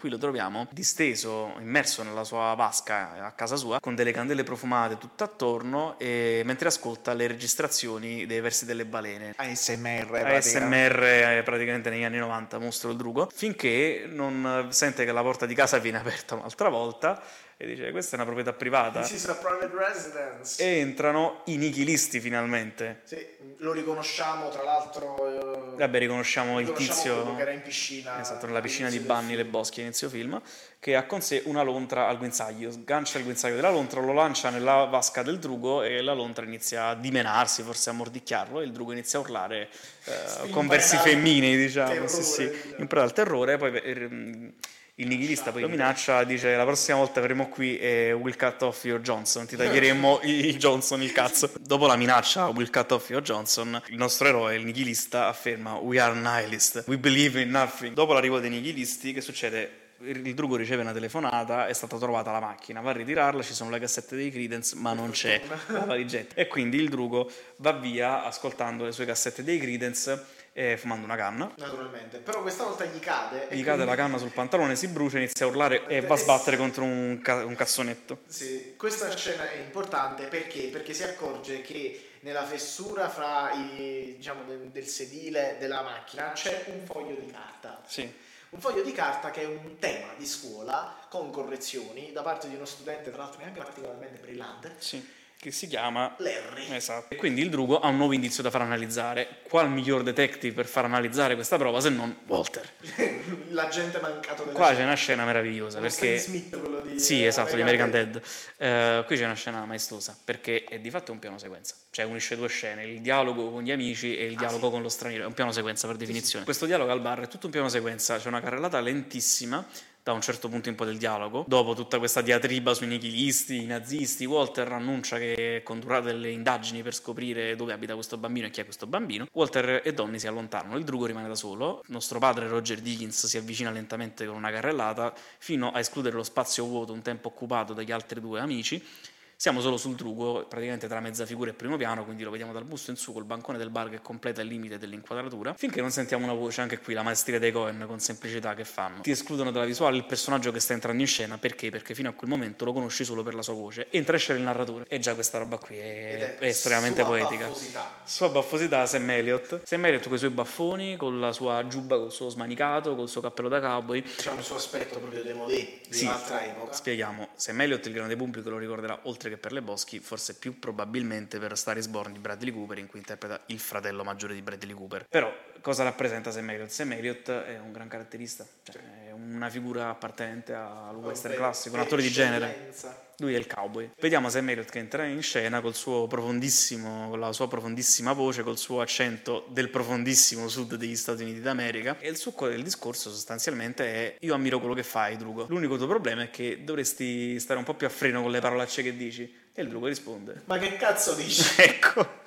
qui lo troviamo disteso, immerso nella sua vasca a casa sua, con delle candele profumate tutto attorno, e mentre ascolta le registrazioni dei versi delle balene. A S M R. A S M R praticamente negli anni novanta, mostro il drugo, finché non sente che la porta di casa viene aperta un'altra volta e dice: questa è una proprietà privata. This is a private residence. E entrano i nichilisti finalmente. Sì, lo riconosciamo tra l'altro. Eh, Vabbè, riconosciamo, riconosciamo il tizio che era in piscina. Esatto, nella piscina di all'inizio del Bunny film. Le Boschi inizio film, che ha con sé una lontra al guinzaglio, sgancia il guinzaglio della lontra, lo lancia nella vasca del drugo e la lontra inizia a dimenarsi, forse a mordicchiarlo, e il drugo inizia a urlare eh, con versi femminili, diciamo, terrore, sì, sì, diciamo. in preda al terrore. Poi eh, il nichilista poi lo minaccia, dice: la prossima volta verremo qui e we'll cut off your Johnson, ti taglieremo il Johnson il cazzo. Dopo la minaccia we'll cut off your Johnson, il nostro eroe, il nichilista, afferma: we are nihilist, we believe in nothing. Dopo l'arrivo dei nichilisti, che succede? Il drugo riceve una telefonata, è stata trovata la macchina, va a ritirarla, ci sono le cassette dei Creedence ma non c'è la valigetta, e quindi il drugo va via ascoltando le sue cassette dei Creedence e fumando una canna. Naturalmente, però questa volta gli cade. Gli cade la canna sul pantalone, si brucia, inizia a urlare e va a sbattere contro un, ca- un cassonetto. Sì, questa scena è importante perché? Perché si accorge che nella fessura fra i, diciamo, del, del sedile della macchina c'è un foglio di carta. Sì. Un foglio di carta che è un tema di scuola con correzioni da parte di uno studente, tra l'altro neanche particolarmente brillante. Sì. Che si chiama Larry. Esatto. E quindi il drugo ha un nuovo indizio da far analizzare. Qual miglior detective per far analizzare questa prova se non Walter? L'agente mancato della Qua scena. c'è una scena meravigliosa Uno perché Stan Smith, quello di sì, esatto, di American American Dad. Eh, qui c'è una scena maestosa perché è di fatto un piano sequenza, cioè unisce due scene, il dialogo con gli amici e il Ah, dialogo sì. con lo straniero, è un piano sequenza per definizione. Questo dialogo al bar è tutto un piano sequenza, c'è una carrellata lentissima da un certo punto in poi del dialogo. Dopo tutta questa diatriba sui nichilisti, i nazisti, Walter annuncia che condurrà delle indagini per scoprire dove abita questo bambino e chi è questo bambino. Walter e Donnie si allontanano, il drugo rimane da solo, il nostro padre Roger Dickens si avvicina lentamente con una carrellata fino a escludere lo spazio vuoto un tempo occupato dagli altri due amici. Siamo solo sul drugo, praticamente tra mezza figura e primo piano, quindi lo vediamo dal busto in su col bancone del bar che completa il limite dell'inquadratura, finché non sentiamo una voce, anche qui la maestria dei Coen con semplicità che fanno. Ti escludono dalla visuale il personaggio che sta entrando in scena, perché? Perché fino a quel momento lo conosci solo per la sua voce, entra e esce il narratore, e già questa roba qui è, è estremamente sua poetica. baffosità. Sua baffosità, Sam Elliott. Sam Elliott con i suoi baffoni, con la sua giubba, col suo smanicato, col suo cappello da cowboy. Diciamo il suo aspetto proprio demodé di Sì, un'altra epoca. spieghiamo. Sam Elliott il grande pubblico lo ricorderà, oltre che per Le Boschi, forse più probabilmente per Star is Born di Bradley Cooper, in cui interpreta il fratello maggiore di Bradley Cooper. Però cosa rappresenta Sam Elliott? Sam Elliott è un gran caratterista, cioè è una figura appartenente al western Vabbè, classico, un attore di genere. eccellenza. Lui è il cowboy. Vediamo Sam Elliott che entra in scena col suo profondissimo, con la sua profondissima voce, col suo accento del profondissimo sud degli Stati Uniti d'America, e il succo del discorso sostanzialmente è: io ammiro quello che fai, Drugo, l'unico tuo problema è che dovresti stare un po' più a freno con le parolacce che dici. E il drugo risponde: Ma che cazzo dici? ecco.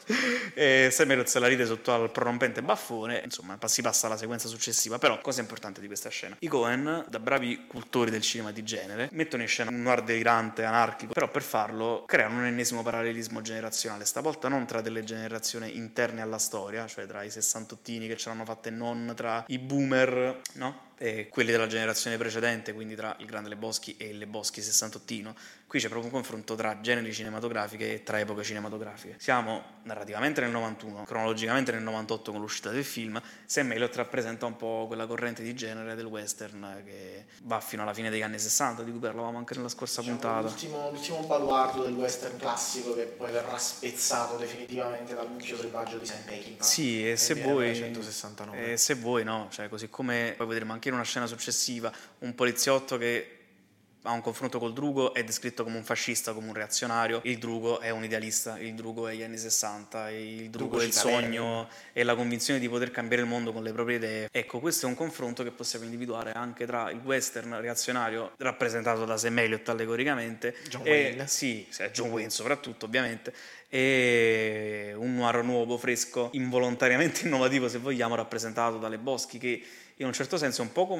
E Sam Elliott se la ride sotto al prorompente baffone. Insomma, si passa alla sequenza successiva. Però, cosa importante di questa scena: i Coen, da bravi cultori del cinema di genere, mettono in scena un noir delirante, anarchico, però per farlo creano un ennesimo parallelismo generazionale, stavolta non tra delle generazioni interne alla storia, cioè tra i sessantottini che ce l'hanno fatta e non tra i boomer, no? E quelli della generazione precedente, quindi tra il grande Le Boschi e il Le Boschi sessantottino. Qui c'è proprio un confronto tra generi cinematografiche e tra epoche cinematografiche. Siamo narrativamente nel novantuno, cronologicamente nel novantotto con l'uscita del film. Sam Elliott rappresenta un po' quella corrente di genere del western che va fino alla fine degli anni sessanta, di cui parlavamo anche nella scorsa Diciamo, puntata. L'ultimo, l'ultimo baluardo del western classico che poi verrà spezzato definitivamente dal mucchio selvaggio di Sam Peckinpah. Sì, e se nel voi, millenovecentosessantanove. e se voi no, cioè così come poi vedremo anche in una scena successiva un poliziotto che ha un confronto col drugo è descritto come un fascista, come un reazionario. Il drugo è un idealista, il drugo è gli anni sessanta, il drugo è il sogno e la convinzione di poter cambiare il mondo con le proprie idee. Ecco, questo è un confronto che possiamo individuare anche tra il western reazionario, rappresentato da Sam Elliott allegoricamente, John e, Wayne. sì, John Wayne soprattutto ovviamente, e un noir nuovo, fresco, involontariamente innovativo se vogliamo, rappresentato dalle Boschi, che in un certo senso è un po' come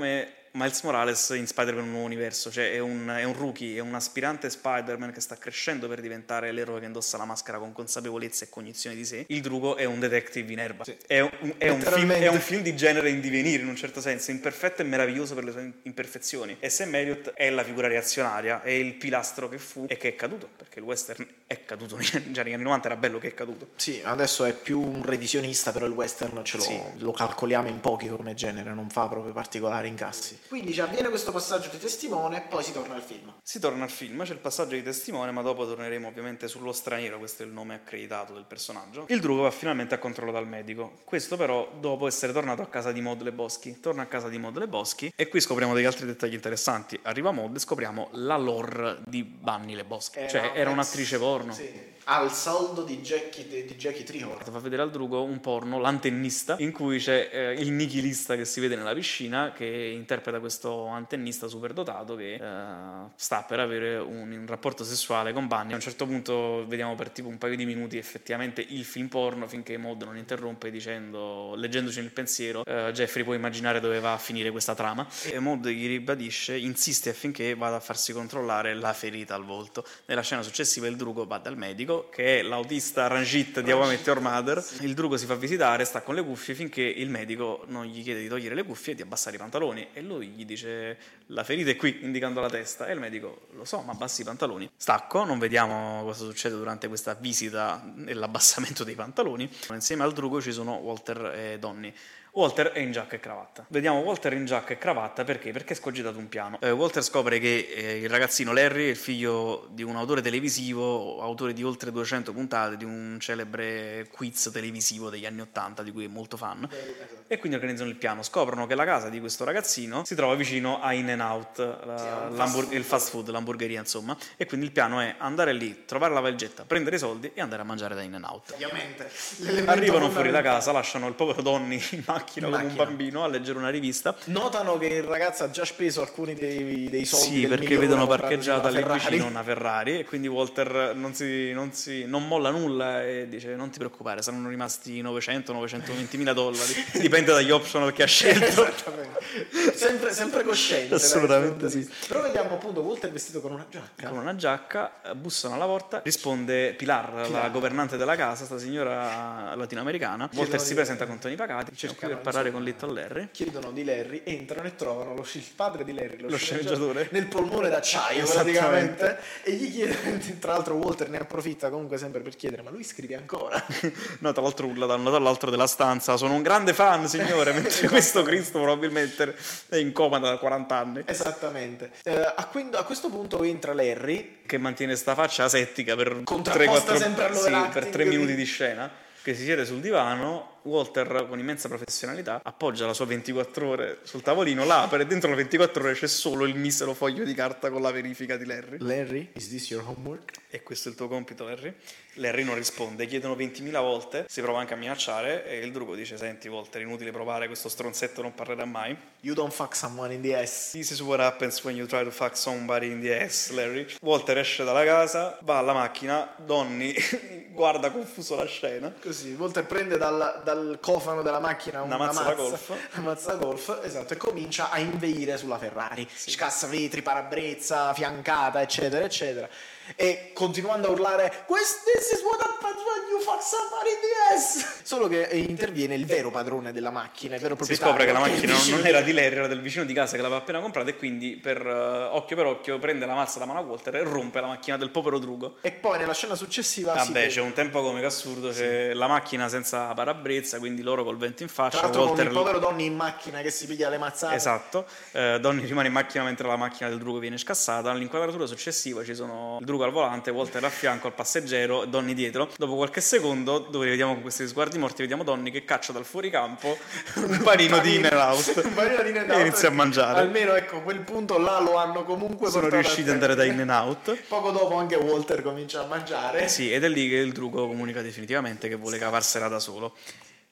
Miles Morales in Spider-Man un nuovo universo, cioè è un, è un rookie, è un aspirante Spider-Man che sta crescendo per diventare l'eroe che indossa la maschera con consapevolezza e cognizione di sé. Il Drugo è un detective in erba, sì. è, un, è, un film, è un film di genere in divenire in un certo senso, imperfetto e meraviglioso per le sue imperfezioni, e Sam Elliott è la figura reazionaria, è il pilastro che fu e che è caduto, perché il western è caduto già negli anni novanta, era bello che è caduto. Sì, adesso è più un revisionista, però il western ce lo, sì. lo calcoliamo in pochi come genere, non fa proprio particolari incassi. Quindi ci avviene questo passaggio di testimone, poi si torna al film. Si torna al film, c'è il passaggio di testimone, ma dopo torneremo ovviamente sullo straniero, questo è il nome accreditato del personaggio. Il Drugo va finalmente a controllo dal medico, questo però dopo essere tornato a casa di Maud Lebowski. Torna a casa di Maud Lebowski e qui scopriamo degli altri dettagli interessanti. Arriva Maud e scopriamo la lore di Bunny Lebowski, era, cioè era un'attrice porno. Sì. Al saldo di Jackie, di Jackie Treehorn. Fa vedere al Drugo un porno, l'antennista, in cui c'è eh, il nichilista che si vede nella piscina, che interpreta questo antennista superdotato che eh, sta per avere un, un rapporto sessuale con Bunny. A un certo punto vediamo per tipo un paio di minuti effettivamente il film porno, finché Maud non interrompe dicendo, leggendoci nel pensiero, eh, Jeffrey può immaginare dove va a finire questa trama, e Maud gli ribadisce, insiste affinché vada a farsi controllare la ferita al volto. Nella scena successiva il Drugo va dal medico, che è l'autista Ranjit di How I Met Your Mother. Il Drugo si fa visitare, sta con le cuffie finché il medico non gli chiede di togliere le cuffie e di abbassare i pantaloni, e lui gli dice la ferita è qui, indicando la testa, e il medico lo so ma abbassi i pantaloni. Stacco, non vediamo cosa succede durante questa visita e l'abbassamento dei pantaloni. Insieme al Drugo ci sono Walter e Donnie. Walter è in giacca e cravatta. Vediamo Walter in giacca e cravatta perché? Perché è scogitato un piano. Eh, Walter scopre che eh, il ragazzino Larry è il figlio di un autore televisivo, autore di oltre duecento puntate di un celebre quiz televisivo degli anni ottanta di cui è molto fan. E quindi organizzano il piano. Scoprono che la casa di questo ragazzino si trova vicino a In-N-Out, la, fast il fast food, l'hamburgeria insomma. E quindi il piano è andare lì, trovare la valigetta, prendere i soldi e andare a mangiare da In-N-Out. Ovviamente. Arrivano fuori la casa, lasciano il povero Donnie in macchina come un bambino a leggere una rivista. Notano che il ragazzo ha già speso alcuni dei, dei soldi. Sì, perché vedono parcheggiata lì vicino una Ferrari, e quindi Walter non, si, non, si, non molla nulla e dice non ti preoccupare, saranno rimasti novecento novecentoventimila dollari, dipende dagli optional che ha scelto. Esattamente. sempre, sempre cosciente. Assolutamente sì. Però vediamo appunto Walter vestito con una giacca. Con una giacca, bussano alla porta, risponde Pilar, Pilar. la governante della casa, sta signora latinoamericana. Walter si presenta con Tony Pagati, cerca per parlare con Little Larry. Chiedono di Larry, entrano e trovano lo, il padre di Larry, lo, lo sceneggiatore, nel polmone d'acciaio praticamente, e gli chiede, tra l'altro Walter ne approfitta comunque sempre per chiedere ma lui scrive ancora? No, tra l'altro urla da uno dall'altro della stanza, sono un grande fan signore, mentre questo Cristo probabilmente è in coma da quaranta anni. Esattamente. Eh, a, quindi, a questo punto entra Larry, che mantiene sta faccia asettica per tre quattro sì, per tre minuti di scena, che si siede sul divano. Walter con immensa professionalità appoggia la sua ventiquattro ore sul tavolino, la apre e dentro le ventiquattro ore c'è solo il misero foglio di carta con la verifica di Larry. Larry, is this your homework? E questo è il tuo compito, Larry? Larry non risponde, chiedono ventimila volte, si prova anche a minacciare e il Drugo dice senti Walter, inutile provare, questo stronzetto non parlerà mai. You don't fuck someone in the ass. This is what happens when you try to fuck somebody in the ass, Larry. Walter esce dalla casa, va alla macchina, Donnie guarda confuso la scena. Così, Walter prende dal, dal cofano della macchina una, una mazza, mazza da golf. Una mazza da golf, esatto, e comincia a inveire sulla Ferrari. Sì. Scassa vetri, parabrezza, fiancata, eccetera, eccetera. E continuando a urlare this is what happens when you fuck somebody in the ass. Solo che interviene il vero padrone della macchina, il vero proprietario. Si scopre che la macchina non, non era di Larry, era del vicino di casa che l'aveva appena comprata, e quindi per uh, occhio per occhio prende la mazza da mano a Walter e rompe la macchina del povero Drugo. E poi nella scena successiva vabbè c'è un tempo comico assurdo, sì. C'è la macchina senza parabrezza, quindi loro col vento in faccia, tra l'altro Walter... con il povero Donnie in macchina che si piglia le mazzate. Esatto, eh, Donnie rimane in macchina mentre la macchina del Drugo viene scassata. All'inquadratura successiva ci sono il Drugo al volante, Walter a fianco al passeggero, Donnie dietro. Dopo qualche secondo, dove vediamo con questi sguardi morti, vediamo Donnie che caccia dal fuoricampo un panino di In-N-Out un panino di In-N-Out e inizia a mangiare. Almeno ecco, quel punto là lo hanno comunque sono riusciti ad andare da In-N-Out. Poco dopo anche Walter comincia a mangiare. Sì, ed è lì che il Drugo comunica definitivamente che vuole cavarsela da solo.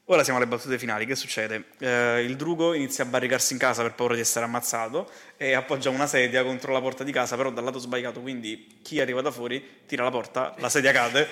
Ora siamo alle battute finali. Che succede? Eh, il drugo inizia a barricarsi in casa per paura di essere ammazzato e appoggia una sedia contro la porta di casa, però dal lato sbagliato, quindi chi arriva da fuori tira la porta, la sedia cade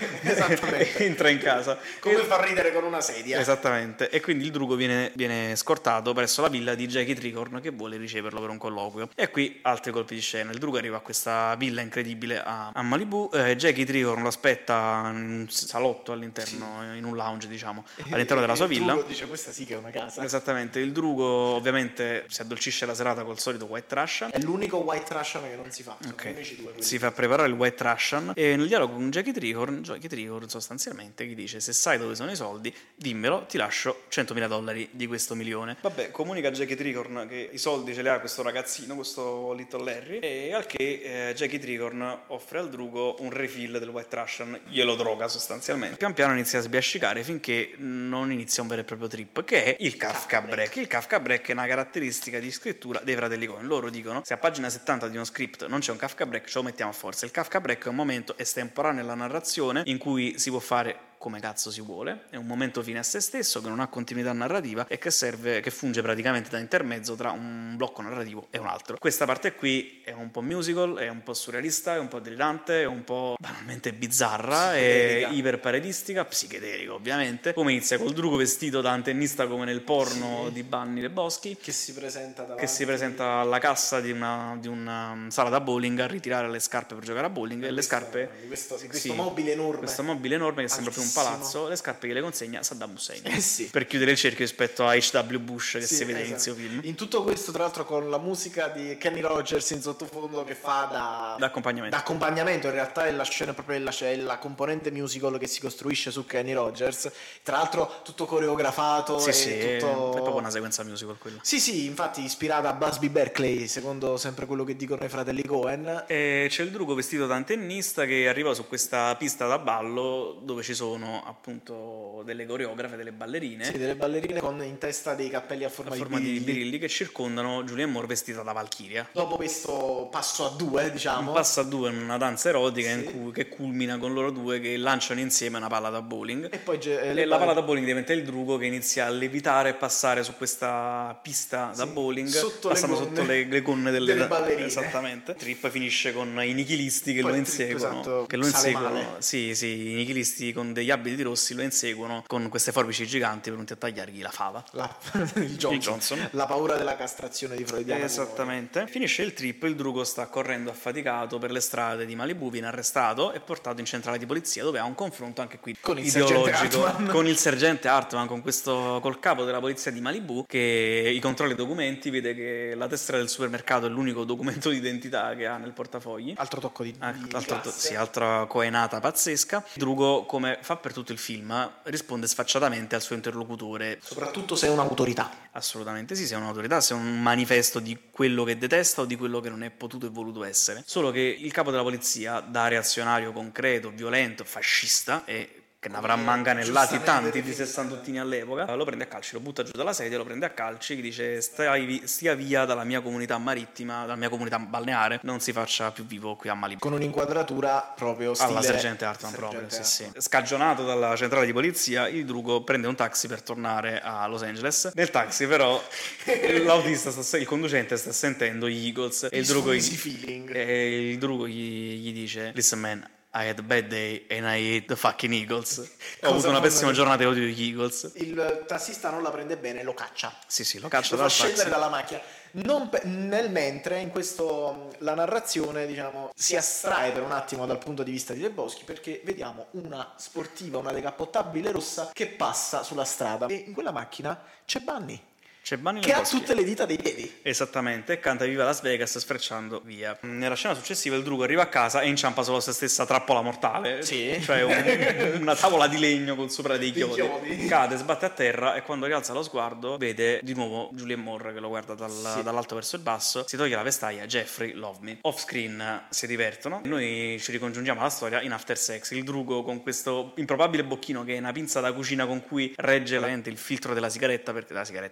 e entra in casa. Come e... fa ridere con una sedia. Esattamente. E quindi il drugo viene, viene scortato presso la villa di Jackie Tricorn, che vuole riceverlo per un colloquio. E qui altri colpi di scena. Il drugo arriva a questa villa incredibile a, a Malibu. Eh, Jackie Tricorn lo aspetta in un salotto all'interno, sì. in un lounge, diciamo, all'interno della sua villa. Il drugo dice: questa sì che è una casa. Esattamente. Il drugo ovviamente si addolcisce la serata col solito white Russian. È l'unico white Russian che non si fa. Okay. Due, si fa preparare il white Russian e nel dialogo con Jackie Tricorn, Jackie Tricorn sostanzialmente gli dice: se sai dove sono i soldi, dimmelo, ti lascio centomila dollari di questo milione. Vabbè, comunica a Jackie Tricorn che i soldi ce li ha questo ragazzino, questo Little Larry, e al che eh, Jackie Tricorn offre al drugo un refill del white Russian, glielo droga sostanzialmente. Pian piano inizia a sbiascicare finché non inizia un vero e proprio trip, che è il Kafka Break. Il Kafka Break è una caratteristica di scrittura dei fratelli Coen. Loro dicono: se a pagina settanta di uno script non c'è un Kafka Break, ce lo mettiamo a forza. Il Kafka Break è un momento estemporaneo nella narrazione in cui si può fare come cazzo si vuole, è un momento fine a se stesso che non ha continuità narrativa e che serve, che funge praticamente da intermezzo tra un blocco narrativo e un altro. Questa parte qui è un po' musical, è un po' surrealista, è un po' delirante, è un po' banalmente bizzarra, è iperparedistica, psichedelica ovviamente. Come inizia col drugo vestito da antennista come nel porno, sì, di Bunny Le Boschi, che si presenta davanti, che si presenta alla cassa di una, di una sala da bowling a ritirare le scarpe per giocare a bowling, e, e le questo, scarpe questo, questo sì, mobile enorme questo mobile enorme che sembra più un palazzo, le scarpe che le consegna Saddam Hussein, eh sì. per chiudere il cerchio rispetto a H W Bush che sì, si vede esatto. all'inizio film. In tutto questo, tra l'altro, con la musica di Kenny Rogers in sottofondo che fa da, da accompagnamento. Da accompagnamento, in realtà è la scena proprio la, c'è la componente musical che si costruisce su Kenny Rogers. Tra l'altro tutto coreografato, sì, e sì, tutto... è proprio una sequenza musical quella. Sì, sì, infatti ispirata a Busby Berkeley, secondo sempre quello che dicono i fratelli Coen. E c'è il drugo vestito da antennista che arriva su questa pista da ballo dove ci sono appunto delle coreografe, delle ballerine. Sì, delle ballerine con in testa dei cappelli a forma, a forma di, birilli. di birilli che circondano Julianne Moore vestita da Valchiria. Dopo questo passo a due, diciamo. Un passo a due in una danza erotica, sì, in cui, che culmina con loro due che lanciano insieme una palla da bowling. E poi eh, e la palla da bowling diventa il drugo che inizia a levitare e passare su questa pista da sì, bowling, sotto passando le gonne, sotto le, le gonne delle, delle ballerine. Esattamente. Il trip finisce con i nichilisti che poi lo inseguono. Esatto, che lo inseguono. Sì, sì, i nichilisti con degli abiti rossi lo inseguono con queste forbici giganti pronti a tagliargli la fava. La, il, Johnson. il Johnson. La paura della castrazione di Freudiano. Esattamente. Finisce il trip, il drugo sta correndo affaticato per le strade di Malibu, viene arrestato e portato in centrale di polizia, dove ha un confronto anche qui con il ideologico con il sergente Hartman, con questo col capo della polizia di Malibu, che i controlli documenti, vede che la tessera del supermercato è l'unico documento di identità che ha nel portafogli. Altro tocco di, ah, di altro classe. To- sì, altra coenata pazzesca. Drugo, come fa per tutto il film, risponde sfacciatamente al suo interlocutore, soprattutto se è un'autorità. Assolutamente sì, se è un'autorità, se è un manifesto di quello che detesta o di quello che non è potuto e voluto essere. Solo che il capo della polizia, da reazionario concreto, violento, fascista e che ne avrà manganellati tanti di sessantottini all'epoca, lo prende a calci, lo butta giù dalla sedia, lo prende a calci, gli dice stai, stia via dalla mia comunità marittima, dalla mia comunità balneare, non si faccia più vivo qui a Malibu. Con un'inquadratura proprio stile alla sergente Hartman proprio, sì, sì. Scagionato dalla centrale di polizia, il drugo prende un taxi per tornare a Los Angeles. Nel taxi però l'autista, sta, il conducente sta sentendo gli Eagles e il drugo, gli, e il drugo gli, gli dice listen man, I had a bad day and I hate the fucking Eagles. Ho avuto una pessima giornata e odio gli Eagles. Il tassista non la prende bene, lo caccia. Sì, sì, lo caccia lo dal fa scendere taxi. dalla macchina. Non pe- nel mentre in questo la narrazione, diciamo, si astrae per un attimo dal punto di vista di Le Boschi, perché vediamo una sportiva, una decappottabile rossa che passa sulla strada e in quella macchina c'è Bunny. C'è Bunny che ha tutte le dita dei piedi. Esattamente, e canta Viva Las Vegas sfrecciando via. Nella scena successiva il drugo arriva a casa e inciampa sulla sua stessa trappola mortale, sì. Cioè un, una tavola di legno con sopra dei chiodi. chiodi. Cade, sbatte a terra e quando rialza lo sguardo vede di nuovo Julianne Moore che lo guarda dal, sì. dall'alto verso il basso. Si toglie la vestaglia, Jeffrey, love me. Off screen si divertono. Noi ci ricongiungiamo alla storia in After Sex. Il drugo con questo improbabile bocchino che è una pinza da cucina con cui regge il filtro della sigaretta, perché la sigaretta della canna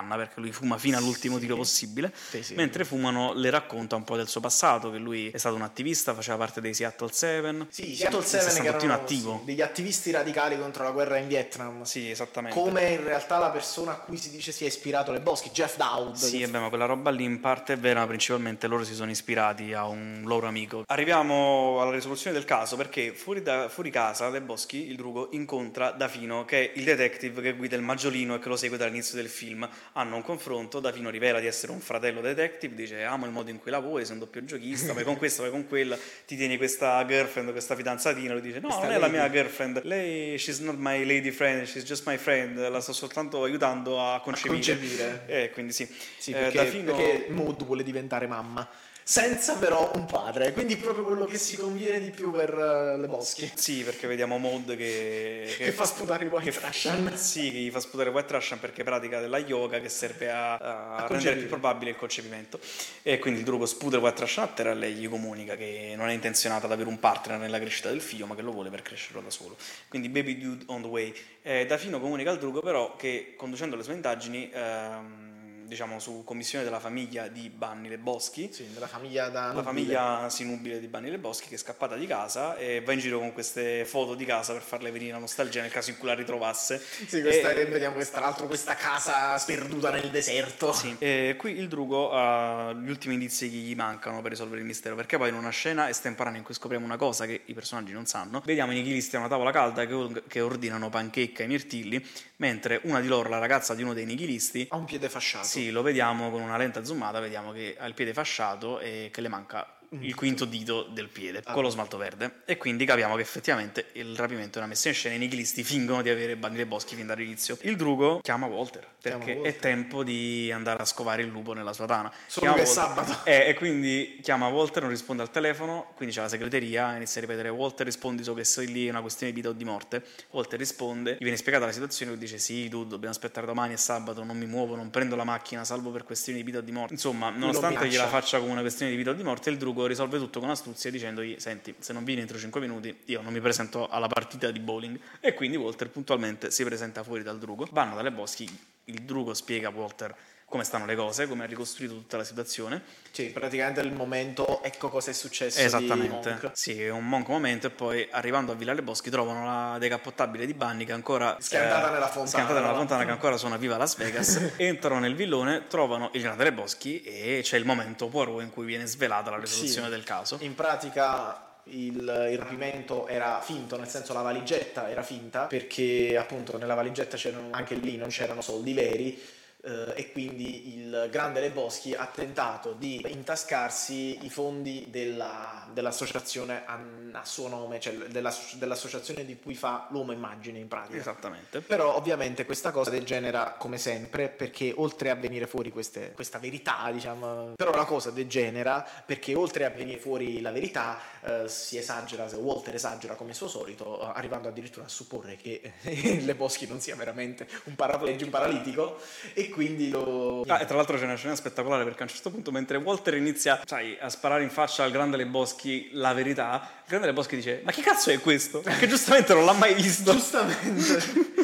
canna, perché lui fuma fino all'ultimo Sì. tiro possibile, Sì, sì. mentre fumano le racconta un po' del suo passato, che lui è stato un attivista, faceva parte dei Seattle Seven. Sì, Seattle Seven che sessantotto erano attivo. sì, degli attivisti radicali contro la guerra in Vietnam. Sì, esattamente. Come in realtà la persona a cui si dice sia ispirato Le Boschi, Jeff Dowd. Sì, che e beh, ma quella roba lì in parte è vera, ma principalmente loro si sono ispirati a un loro amico. Arriviamo alla risoluzione del caso perché fuori, da, fuori casa, Le Boschi, il drugo, incontra Dafino, che è il detective che guida il Maggiolino e che lo segue dall'inizio del film. Hanno un confronto, Dafino rivela di essere un fratello detective, dice amo il modo in cui lavori, sei un doppio giochista, vai con questa, vai con quella, ti tieni questa girlfriend, questa fidanzatina, lui dice no, Questa non è la lady. mia girlfriend, lei, she's not my lady friend, she's just my friend, la sto soltanto aiutando a concepire. concepire. Eh, quindi sì. Sì, Eh, perché, Dafino- perché Maud vuole diventare mamma, senza però un padre, quindi proprio quello che si conviene di più per uh, Le Boschi. Sì, perché vediamo Maud che, Che fa sputare i White che- Russian. Sì, che gli fa sputare White Russian perché pratica della yoga che serve a, a rendere concepire. più probabile il concepimento. E quindi il drugo sputa il White Russian a terra e lei gli comunica che non è intenzionata ad avere un partner nella crescita del figlio, ma che lo vuole per crescerlo da solo. Quindi baby dude on the way. Eh, Dafino comunica al drugo però che conducendo le sue indagini, ehm, diciamo su commissione della famiglia di Bunny Le Boschi, Sì, della famiglia da la famiglia sinubile di Bunny Le Boschi, che è scappata di casa e va in giro con queste foto di casa per farle venire la nostalgia nel caso in cui la ritrovasse. Sì, questa, E- vediamo questa, tra l'altro questa casa sperduta nel deserto. Sì. E qui il drugo ha gli ultimi indizi che gli mancano per risolvere il mistero, perché poi in una scena estemporanea in cui scopriamo una cosa che i personaggi non sanno, vediamo i nichilisti a una tavola calda che, che ordinano pancake ai mirtilli, mentre una di loro, la ragazza di uno dei nichilisti, Ha un piede fasciato. sì, lo vediamo con una lenta zoomata, vediamo che ha il piede fasciato e che le manca il quinto dito del piede con lo smalto verde, e quindi capiamo che effettivamente il rapimento è una messa in scena. I nichilisti fingono di avere Bunny Le Boschi fin dall'inizio. Il drugo chiama Walter perché Chiama Walter. è tempo di andare a scovare il lupo nella sua tana. Solo Chiama che è Walter- sabato. eh, e quindi chiama Walter, non risponde al telefono, quindi c'è la segreteria, inizia a ripetere Walter rispondi, so che sei lì, è una questione di vita o di morte. Walter risponde, gli viene spiegata la situazione, lui dice sì, tu dobbiamo aspettare domani, è sabato, non mi muovo, non prendo la macchina salvo per questioni di vita o di morte. Insomma, nonostante minaccia. gliela faccia come una questione di vita o di morte, il drugo risolve tutto con astuzia dicendogli senti, se non vieni entro cinque minuti io non mi presento alla partita di bowling. E quindi Walter puntualmente si presenta fuori dal drugo, vanno dalle Boschi, il drugo spiega a Walter come stanno le cose, come ha ricostruito tutta la situazione. Sì, praticamente il momento, ecco cosa è successo di Esattamente, Monk. sì, è un monco momento. E poi arrivando a Villa Le Boschi trovano la decappottabile di Bunny che ancora Schiantata nella fontana. schiantata nella fontana, che ancora suona viva Las Vegas. Entrano nel villone, trovano il grande Le Boschi e c'è il momento Poirot in cui viene svelata la risoluzione Sì. del caso. In pratica il, il rapimento era finto, nel senso la valigetta era finta, perché appunto nella valigetta c'erano, anche lì non c'erano soldi veri. Uh, e quindi il grande Le Boschi ha tentato di intascarsi i fondi della, dell'associazione a, a suo nome, cioè della, dell'associazione di cui fa l'uomo immagine in pratica. Esattamente. Però ovviamente questa cosa degenera come sempre, perché oltre a venire fuori queste, questa verità, diciamo, però la cosa degenera perché oltre a venire fuori la verità uh, si esagera, Walter esagera come suo solito, uh, arrivando addirittura a supporre che Le Boschi non sia veramente un paraplegico, un paralitico, e quindi lo... Ah, e tra l'altro c'è una scena spettacolare perché a un certo punto, mentre Walter inizia, sai, a sparare in faccia al grande Le Boschi la verità, il grande Le Boschi dice ma che cazzo è questo? Perché giustamente non l'ha mai visto. Giustamente.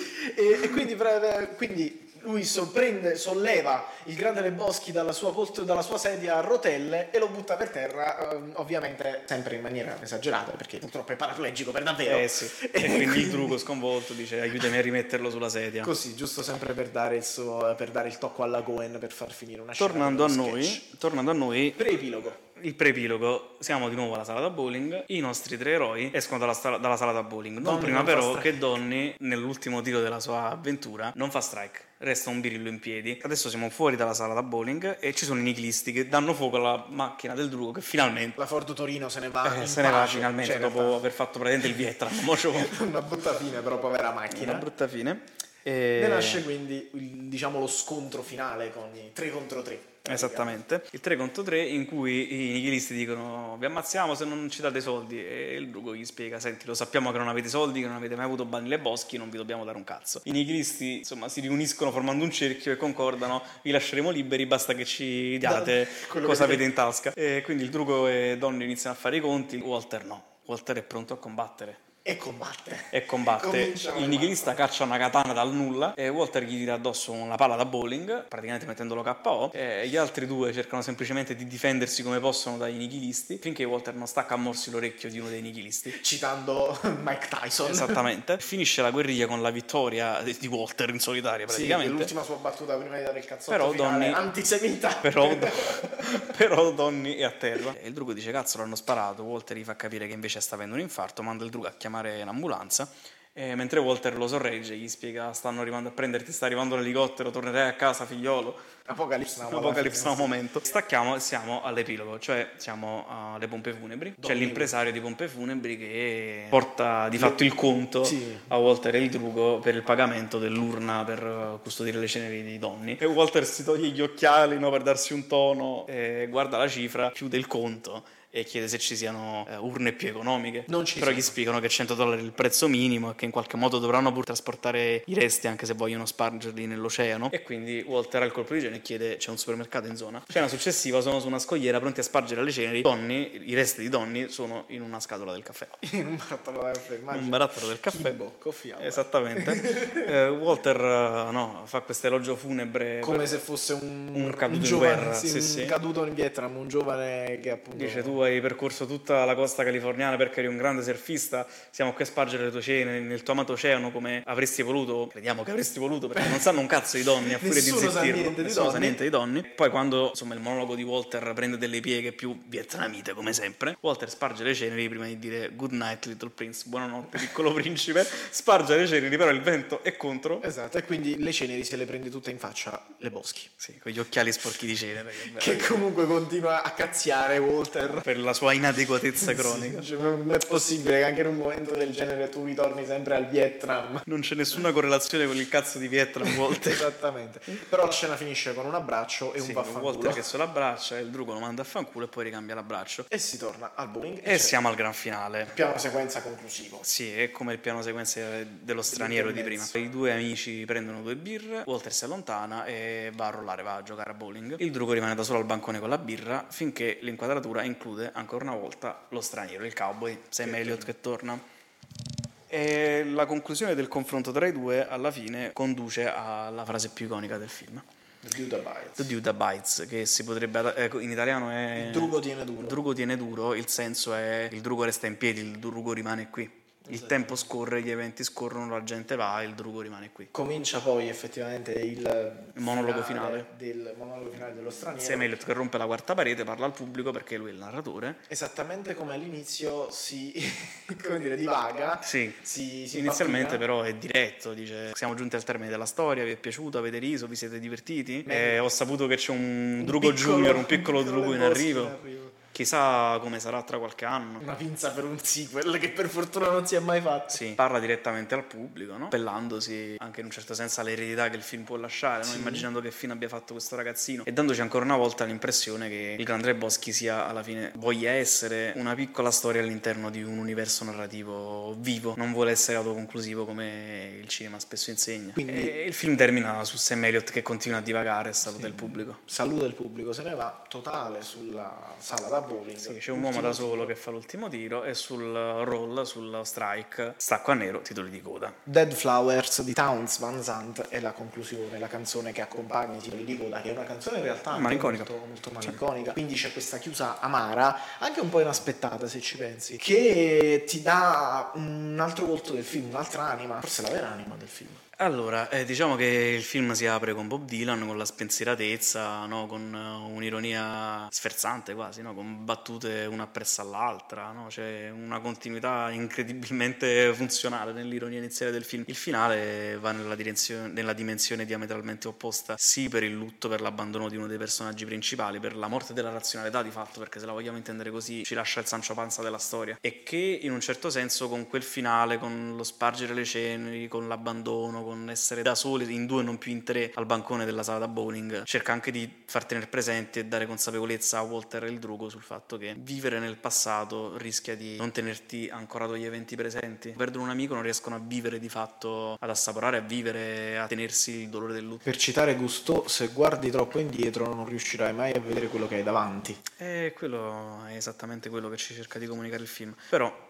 e, e quindi, quindi lui sorprende, solleva il grande Le Boschi dalla sua, post, dalla sua sedia a rotelle e lo butta per terra, ehm, ovviamente sempre in maniera esagerata perché purtroppo è paraplegico per davvero. Eh sì. E, e quindi, quindi il drugo sconvolto dice aiutami a rimetterlo sulla sedia. Così, giusto sempre per dare il, suo, per dare il tocco alla Coen, per far finire una tornando scena. A noi, tornando a noi, preepilogo. Il preepilogo, siamo di nuovo alla sala da bowling, i nostri tre eroi escono dalla, sala, dalla sala da bowling, non Donnie prima non però fa che Donnie nell'ultimo tiro della sua avventura non fa strike, resta un birillo in piedi. Adesso siamo fuori dalla sala da bowling e ci sono i nichilisti che danno fuoco alla macchina del drugo che finalmente la Ford Torino se ne va eh, in se ne va pace, finalmente, cioè, dopo aver fatto praticamente il Vietnam. una brutta fine però, povera macchina, Una brutta fine. E... ne nasce quindi il, diciamo lo scontro finale con i tre contro tre. Esattamente, il tre contro tre in cui i nichilisti dicono vi ammazziamo se non ci date i soldi, e il drugo gli spiega senti, lo sappiamo che non avete soldi, che non avete mai avuto Bunny Le Boschi, non vi dobbiamo dare un cazzo. I nichilisti insomma si riuniscono formando un cerchio e concordano vi lasceremo liberi, basta che ci diate Quello cosa che avete in tasca. E quindi il drugo e Donnie iniziano a fare i conti, Walter no, Walter è pronto a combattere. e combatte. E combatte. Comincia Il nichilista caccia una katana dal nulla e Walter gli tira addosso una palla da bowling, praticamente mettendolo K O, e gli altri due cercano semplicemente di difendersi come possono dai nichilisti, finché Walter non stacca a morsi l'orecchio di uno dei nichilisti. Citando Mike Tyson. Esattamente. Finisce la guerriglia con la vittoria di Walter in solitaria, praticamente. Sì, l'ultima sua battuta prima di dare il cazzotto Però finale, Donnie- antisemita. Però, però Donnie è a terra e il drugo dice cazzo l'hanno sparato. Walter gli fa capire che invece sta avendo un infarto, manda il drugo a chiamare l'ambulanza e mentre Walter lo sorregge gli spiega stanno arrivando a prenderti, sta arrivando l'elicottero, tornerai a casa figliolo. Apocalipse Now. Apocalipse Now momento. Stacchiamo e siamo all'epilogo, cioè siamo alle pompe funebri. C'è l'impresario di pompe funebri che porta di fatto il conto Sì. a Walter e il drugo per il pagamento dell'urna per custodire le ceneri di Donnie. E Walter si toglie gli occhiali, no, per darsi un tono, e guarda la cifra, chiude il conto e chiede se ci siano eh, urne più economiche. Non ci Però sono. gli spiegano che cento dollari è il prezzo minimo e che in qualche modo dovranno pur trasportare i resti anche se vogliono spargerli nell'oceano. E quindi Walter ha il colpo di genio e chiede c'è un supermercato in zona. Scena successiva sono su una scogliera pronti a spargere le ceneri. Donnie, i resti di Donnie sono in una scatola del caffè. In un barattolo da caffè, immagino. Un barattolo del caffè. Kimbo, coffee hour. Esattamente. eh, Walter eh, no, fa questo elogio funebre. Come se fosse un, Un caduto in giovane, guerra, sì, sì, un sì. caduto in Vietnam, un giovane che appunto Dice tu hai percorso tutta la costa californiana perché eri un grande surfista, siamo qui a spargere le tue cene nel tuo amato oceano come avresti voluto, crediamo che avresti voluto perché non sanno un cazzo di Donnie a furia di Nessuno sa zittirlo, niente di nessuno sa Donnie. niente di Donnie. Poi quando insomma il monologo di Walter prende delle pieghe più vietnamite come sempre, Walter sparge le ceneri prima di dire good night little prince, buonanotte piccolo principe, sparge le ceneri però il vento è contro. Esatto, e quindi le ceneri se le prende tutte in faccia le Boschi, Sì, con gli occhiali sporchi di cenere che comunque continua a cazziare Walter. per la sua inadeguatezza cronica. Cioè, non è possibile che anche in un momento del genere tu ritorni sempre al Vietnam. Non c'è nessuna correlazione con il cazzo di Vietnam Walter. Esattamente. Però la scena finisce con un abbraccio e Sì, un con vaffanculo. Walter che se lo abbraccia e il drugo lo manda a fanculo e poi ricambia l'abbraccio. E si torna al bowling. E siamo al gran finale. Piano sequenza conclusivo. Sì, è come il piano sequenza dello straniero di prima. I due amici prendono due birre, Walter si allontana e va a rollare, va a giocare a bowling. Il drugo rimane da solo al bancone con la birra finché l'inquadratura include ancora una volta lo straniero, il cowboy, Sam Elliott che torna. E la conclusione del confronto tra i due alla fine conduce alla frase più iconica del film. The Dude Abides. The Dude Abides, che si potrebbe eh, in italiano è Il drugo tiene duro. Il drugo tiene duro, il senso è il drugo resta in piedi, il drugo rimane qui. Il tempo scorre, gli eventi scorrono, la gente va, il drugo rimane qui. Comincia poi effettivamente il, Il monologo finale. del monologo finale dello straniero. Sam Elliott che rompe la quarta parete, parla al pubblico perché lui è il narratore. Esattamente come all'inizio si come dire, divaga. Sì, si, si inizialmente impapina. però è diretto, dice siamo giunti al termine della storia, vi è piaciuto, avete riso, vi siete divertiti? Beh, Eh, ho saputo che c'è un drugo piccolo- junior, un piccolo un piccolo drugo in Lebowski arrivo. in arrivo. Chissà come sarà tra qualche anno. Una pinza per un sequel che per fortuna non si è mai fatto. Sì, parla direttamente al pubblico, no? Appellandosi anche in un certo senso all'eredità che il film può lasciare, no? Immaginando che fine abbia fatto questo ragazzino e dandoci ancora una volta l'impressione che il Grande Boschi sia alla fine voglia essere una piccola storia all'interno di un universo narrativo vivo, non vuole essere autoconclusivo come il cinema spesso insegna. Quindi- E il film termina su Sam Elliott che continua a divagare e saluta il pubblico. Saluta il pubblico, se ne va totale sulla sala da bowling. Sì, c'è un uomo da solo che fa l'ultimo tiro e sul roll, sul strike, stacco a nero, titoli di coda. Dead Flowers di Townes Van Zandt è la conclusione, la canzone che accompagna i titoli di coda, che è una canzone in realtà anche Malinconica. molto, molto malinconica. Quindi c'è questa chiusa amara, anche un po' inaspettata se ci pensi, che ti dà un altro volto del film, un'altra anima, forse la vera anima del film. Allora, eh, diciamo che il film si apre con Bob Dylan, con la spensieratezza, no? Con uh, un'ironia sferzante quasi, no? Con battute una appresso all'altra, no? C'è una continuità incredibilmente funzionale nell'ironia iniziale del film. Il finale va nella, direzione, nella dimensione diametralmente opposta, sì per il lutto, per l'abbandono di uno dei personaggi principali, per la morte della razionalità di fatto, perché se la vogliamo intendere così ci lascia il Sancho Panza della storia, e che in un certo senso con quel finale, con lo spargere le ceneri, con l'abbandono, con essere da soli in due non più in tre al bancone della sala da bowling, cerca anche di far tenere presente e dare consapevolezza a Walter e il drugo sul fatto che vivere nel passato rischia di non tenerti ancorato agli eventi presenti. Perdono un amico, non riescono a vivere di fatto, ad assaporare, a vivere, a tenersi il dolore del lutto. Per citare Gusteau, se guardi troppo indietro non riuscirai mai a vedere quello che hai davanti. E quello è esattamente quello che ci cerca di comunicare il film. Però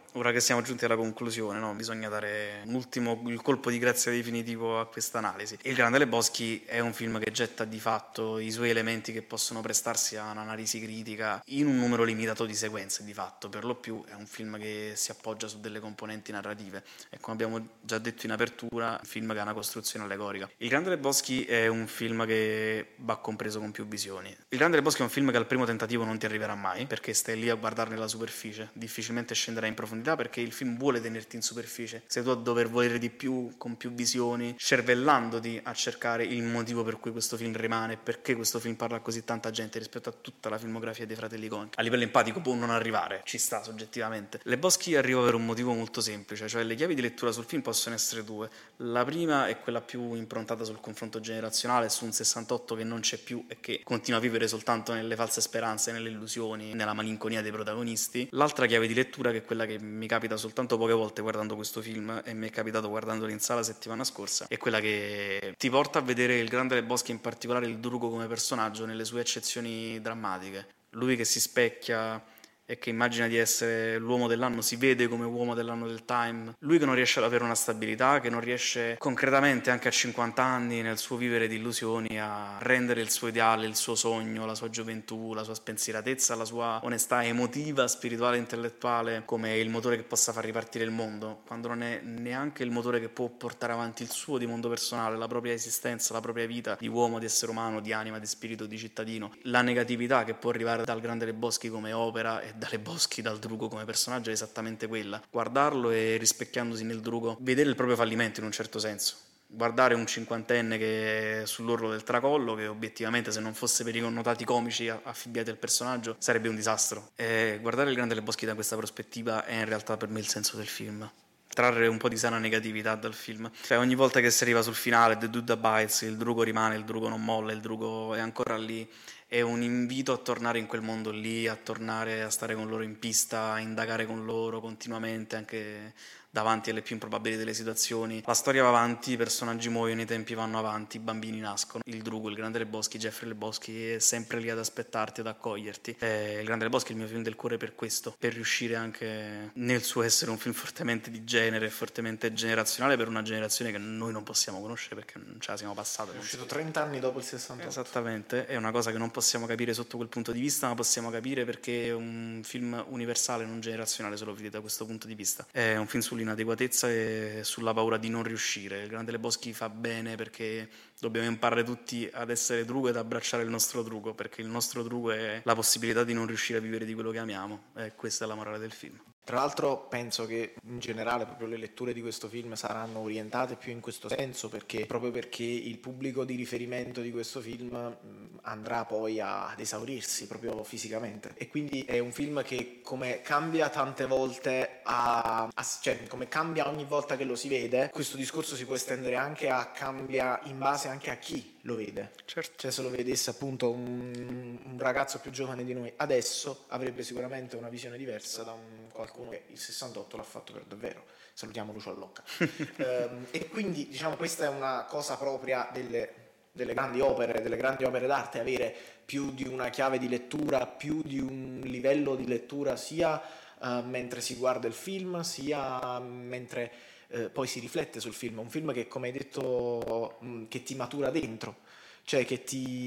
ora che siamo giunti alla conclusione, no? Bisogna dare un ultimo il colpo di grazia definitivo a questa analisi. Il Grande Lebowski è un film che getta di fatto i suoi elementi che possono prestarsi a un'analisi critica in un numero limitato di sequenze, di fatto. Per lo più è un film che si appoggia su delle componenti narrative e, come abbiamo già detto in apertura, un film che ha una costruzione allegorica. Il Grande Lebowski è un film che va compreso con più visioni. Il Grande Lebowski è un film che al primo tentativo non ti arriverà mai, perché stai lì a guardarne la superficie, difficilmente scenderai in profondità, perché il film vuole tenerti in superficie. Sei tu a dover volere di più, con più visioni, cervellandoti a cercare il motivo per cui questo film rimane, perché questo film parla a così tanta gente rispetto a tutta la filmografia dei fratelli Coen. A livello empatico può non arrivare, ci sta soggettivamente. Lebowski arriva per un motivo molto semplice, cioè le chiavi di lettura sul film possono essere due. La prima è quella più improntata sul confronto generazionale, su un sessantotto che non c'è più e che continua a vivere soltanto nelle false speranze, nelle illusioni, nella malinconia dei protagonisti. L'altra chiave di lettura, che è quella che mi capita soltanto poche volte guardando questo film, e mi è capitato guardandolo in sala settimana scorsa, è quella che ti porta a vedere il Grande Lebowski, in particolare il Drugo come personaggio, nelle sue eccezioni drammatiche. Lui che si specchia e che immagina di essere l'uomo dell'anno, si vede come uomo dell'anno del Time. Lui che non riesce ad avere una stabilità, che non riesce concretamente anche a cinquanta anni nel suo vivere di illusioni a rendere il suo ideale, il suo sogno, la sua gioventù, la sua spensieratezza, la sua onestà emotiva, spirituale, intellettuale come il motore che possa far ripartire il mondo, quando non è neanche il motore che può portare avanti il suo di mondo personale, la propria esistenza, la propria vita di uomo, di essere umano, di anima, di spirito, di cittadino. La negatività che può arrivare dal Grande Lebowski come opera e da Lebowski, dal Drugo come personaggio, è esattamente quella. Guardarlo e, rispecchiandosi nel Drugo, vedere il proprio fallimento in un certo senso. Guardare un cinquantenne che è sull'orlo del tracollo, che obiettivamente, se non fosse per i connotati comici affibbiati al personaggio, sarebbe un disastro. E guardare il Grande Lebowski da questa prospettiva è in realtà per me il senso del film. Trarre un po' di sana negatività dal film. Cioè, ogni volta che si arriva sul finale, The Dude Abides, il Drugo rimane, il Drugo non molla, il Drugo è ancora lì, è un invito a tornare in quel mondo lì, a tornare a stare con loro in pista, a indagare con loro continuamente, anche davanti alle più improbabili delle situazioni. La storia va avanti, i personaggi muoiono, i tempi vanno avanti, i bambini nascono. Il Drugo, il Grande Lebowski, Jeffrey Lebowski è sempre lì ad aspettarti, ad accoglierti. E il Grande Lebowski è il mio film del cuore per questo, per riuscire anche nel suo essere un film fortemente di genere, fortemente generazionale, per una generazione che noi non possiamo conoscere perché non ce la siamo passata. È uscito trenta anni dopo il sessantotto. Esattamente, è una cosa che non possiamo capire sotto quel punto di vista, ma possiamo capire perché è un film universale, non generazionale, se lo vedete da questo punto di vista. È un film sull'inadeguatezza e sulla paura di non riuscire. Il Grande Lebowski fa bene perché dobbiamo imparare tutti ad essere Drugo ed abbracciare il nostro Drugo, perché il nostro Drugo è la possibilità di non riuscire a vivere di quello che amiamo, e questa è la morale del film. Tra l'altro penso che in generale proprio le letture di questo film saranno orientate più in questo senso, perché proprio perché il pubblico di riferimento di questo film andrà poi ad esaurirsi proprio fisicamente, e quindi è un film che, come cambia tante volte a, a cioè come cambia ogni volta che lo si vede, questo discorso si può estendere anche a cambia in base anche a chi lo vede. Certo. Cioè, se lo vedesse appunto un, un ragazzo più giovane di noi adesso, avrebbe sicuramente una visione diversa da un, qualcuno che il sessantotto l'ha fatto per davvero. Salutiamo Lucio Allocca. ehm, e quindi, diciamo, questa è una cosa propria delle, delle grandi opere, delle grandi opere d'arte, avere più di una chiave di lettura, più di un livello di lettura, sia uh, mentre si guarda il film, sia mentre uh, poi si riflette sul film. Un film che, come hai detto, mh, che ti matura dentro, cioè che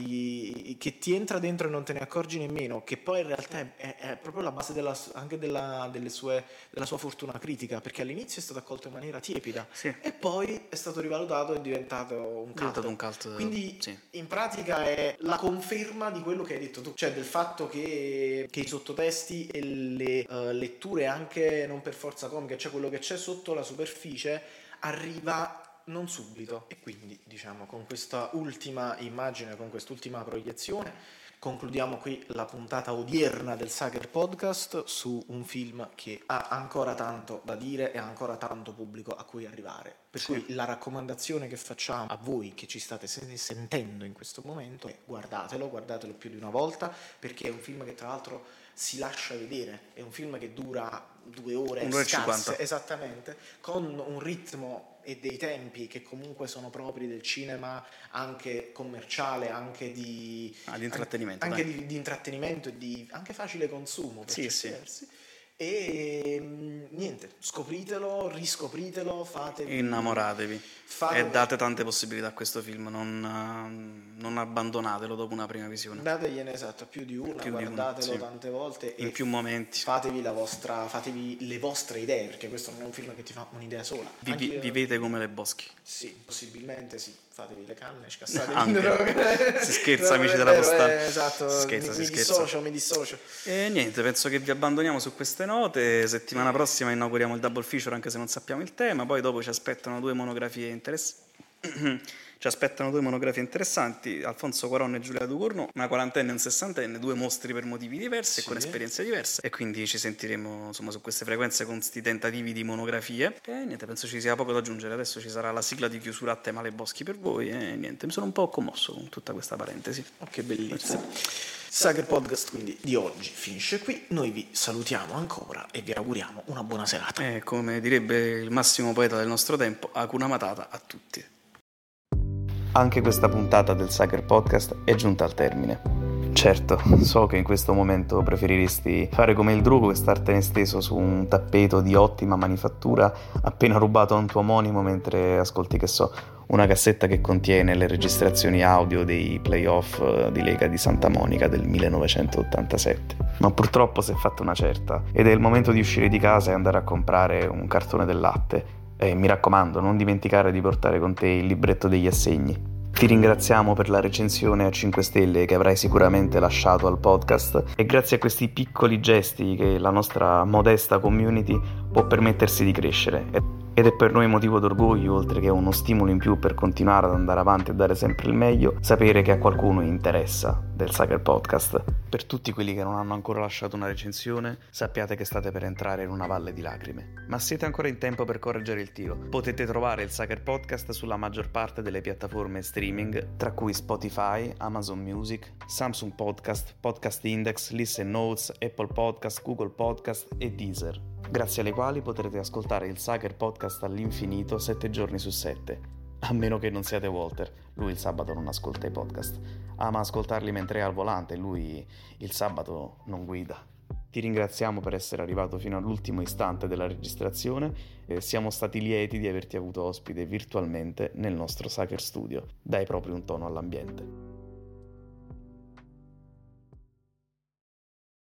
ti, che ti entra dentro e non te ne accorgi nemmeno, che poi in realtà è, è proprio la base della, anche della, delle sue, della sua fortuna critica, perché all'inizio è stato accolto in maniera tiepida, sì, e poi è stato rivalutato e è diventato un cult. diventato un cult. Quindi sì, in pratica è la conferma di quello che hai detto tu, cioè del fatto che, che i sottotesti e le uh, letture anche non per forza comiche, cioè quello che c'è sotto la superficie arriva non subito. E quindi, diciamo, con questa ultima immagine, con quest'ultima proiezione, concludiamo qui la puntata odierna del Sacher Podcast su un film che ha ancora tanto da dire e ha ancora tanto pubblico a cui arrivare. Per sì. cui la raccomandazione che facciamo a voi che ci state sentendo in questo momento è: guardatelo, guardatelo più di una volta, perché è un film che tra l'altro si lascia vedere, è un film che dura due ore un'ora e scarse, cinquanta. Esattamente, con un ritmo e dei tempi che comunque sono propri del cinema anche commerciale, anche di, ah, di intrattenimento, anche, anche di, di intrattenimento e di anche facile consumo per sì, certi sì. versi. E niente, scopritelo, riscopritelo, fatevi, innamoratevi fatevi. E date tante possibilità a questo film, non, non abbandonatelo dopo una prima visione. Dategliene esatto più di una, Più di guardatelo una, sì. tante volte In e più momenti. fatevi la vostra, fatevi le vostre idee, perché questo non è un film che ti fa un'idea sola. Vivi, Anche- vivete come le Boschi. Sì, possibilmente sì. Fatevi le canne, scassatevi. Anche. Si scherza, No, amici è della vero, Postale. eh, esatto. Si scherza, mi, si mi scherza. dissocio, mi dissocio. E niente, penso che vi abbandoniamo su queste note. Settimana prossima inauguriamo il double feature, anche se non sappiamo il tema. Poi dopo ci aspettano due monografie interessanti. Ci aspettano due monografie interessanti, Alfonso Cuarón e Giulia Ducorno, una quarantenne e un sessantenne, due mostri per motivi diversi Sì. e con esperienze diverse, e quindi ci sentiremo insomma su queste frequenze con questi tentativi di monografie. E niente, penso ci sia poco da aggiungere. Adesso ci sarà la sigla di chiusura a tema Le Boschi per voi e niente, mi sono un po' commosso con tutta questa parentesi. Oh, che bellissimo. Sager Podcast quindi di oggi finisce qui, noi vi salutiamo ancora e vi auguriamo una buona serata. E come direbbe il massimo poeta del nostro tempo, Hakuna Matata a tutti. Anche questa puntata del Sager Podcast è giunta al termine. Certo, so che in questo momento preferiresti fare come il drugo e startene steso su un tappeto di ottima manifattura appena rubato a un tuo omonimo mentre ascolti, che so, una cassetta che contiene le registrazioni audio dei playoff di Lega di Santa Monica del millenovecentottantasette. Ma purtroppo si è fatta una certa ed è il momento di uscire di casa e andare a comprare un cartone del latte. E mi raccomando, non dimenticare di portare con te il libretto degli assegni. Ti ringraziamo per la recensione a cinque stelle che avrai sicuramente lasciato al podcast e grazie a questi piccoli gesti che la nostra modesta community può permettersi di crescere. Ed è per noi motivo d'orgoglio, oltre che uno stimolo in più per continuare ad andare avanti e dare sempre il meglio, sapere che a qualcuno interessa del Sager Podcast. Per tutti quelli che non hanno ancora lasciato una recensione, sappiate che state per entrare in una valle di lacrime. Ma siete ancora in tempo per correggere il tiro. Potete trovare il Sager Podcast sulla maggior parte delle piattaforme streaming, tra cui Spotify, Amazon Music, Samsung Podcast, Podcast Index, Listen Notes, Apple Podcast, Google Podcast e Deezer, grazie alle quali potrete ascoltare il Sager Podcast all'infinito sette giorni su sette. A meno che non siate Walter, lui il sabato non ascolta i podcast. Ama ascoltarli mentre è al volante, lui il sabato non guida. Ti ringraziamo per essere arrivato fino all'ultimo istante della registrazione e siamo stati lieti di averti avuto ospite virtualmente nel nostro Sager Studio. Dai proprio un tono all'ambiente.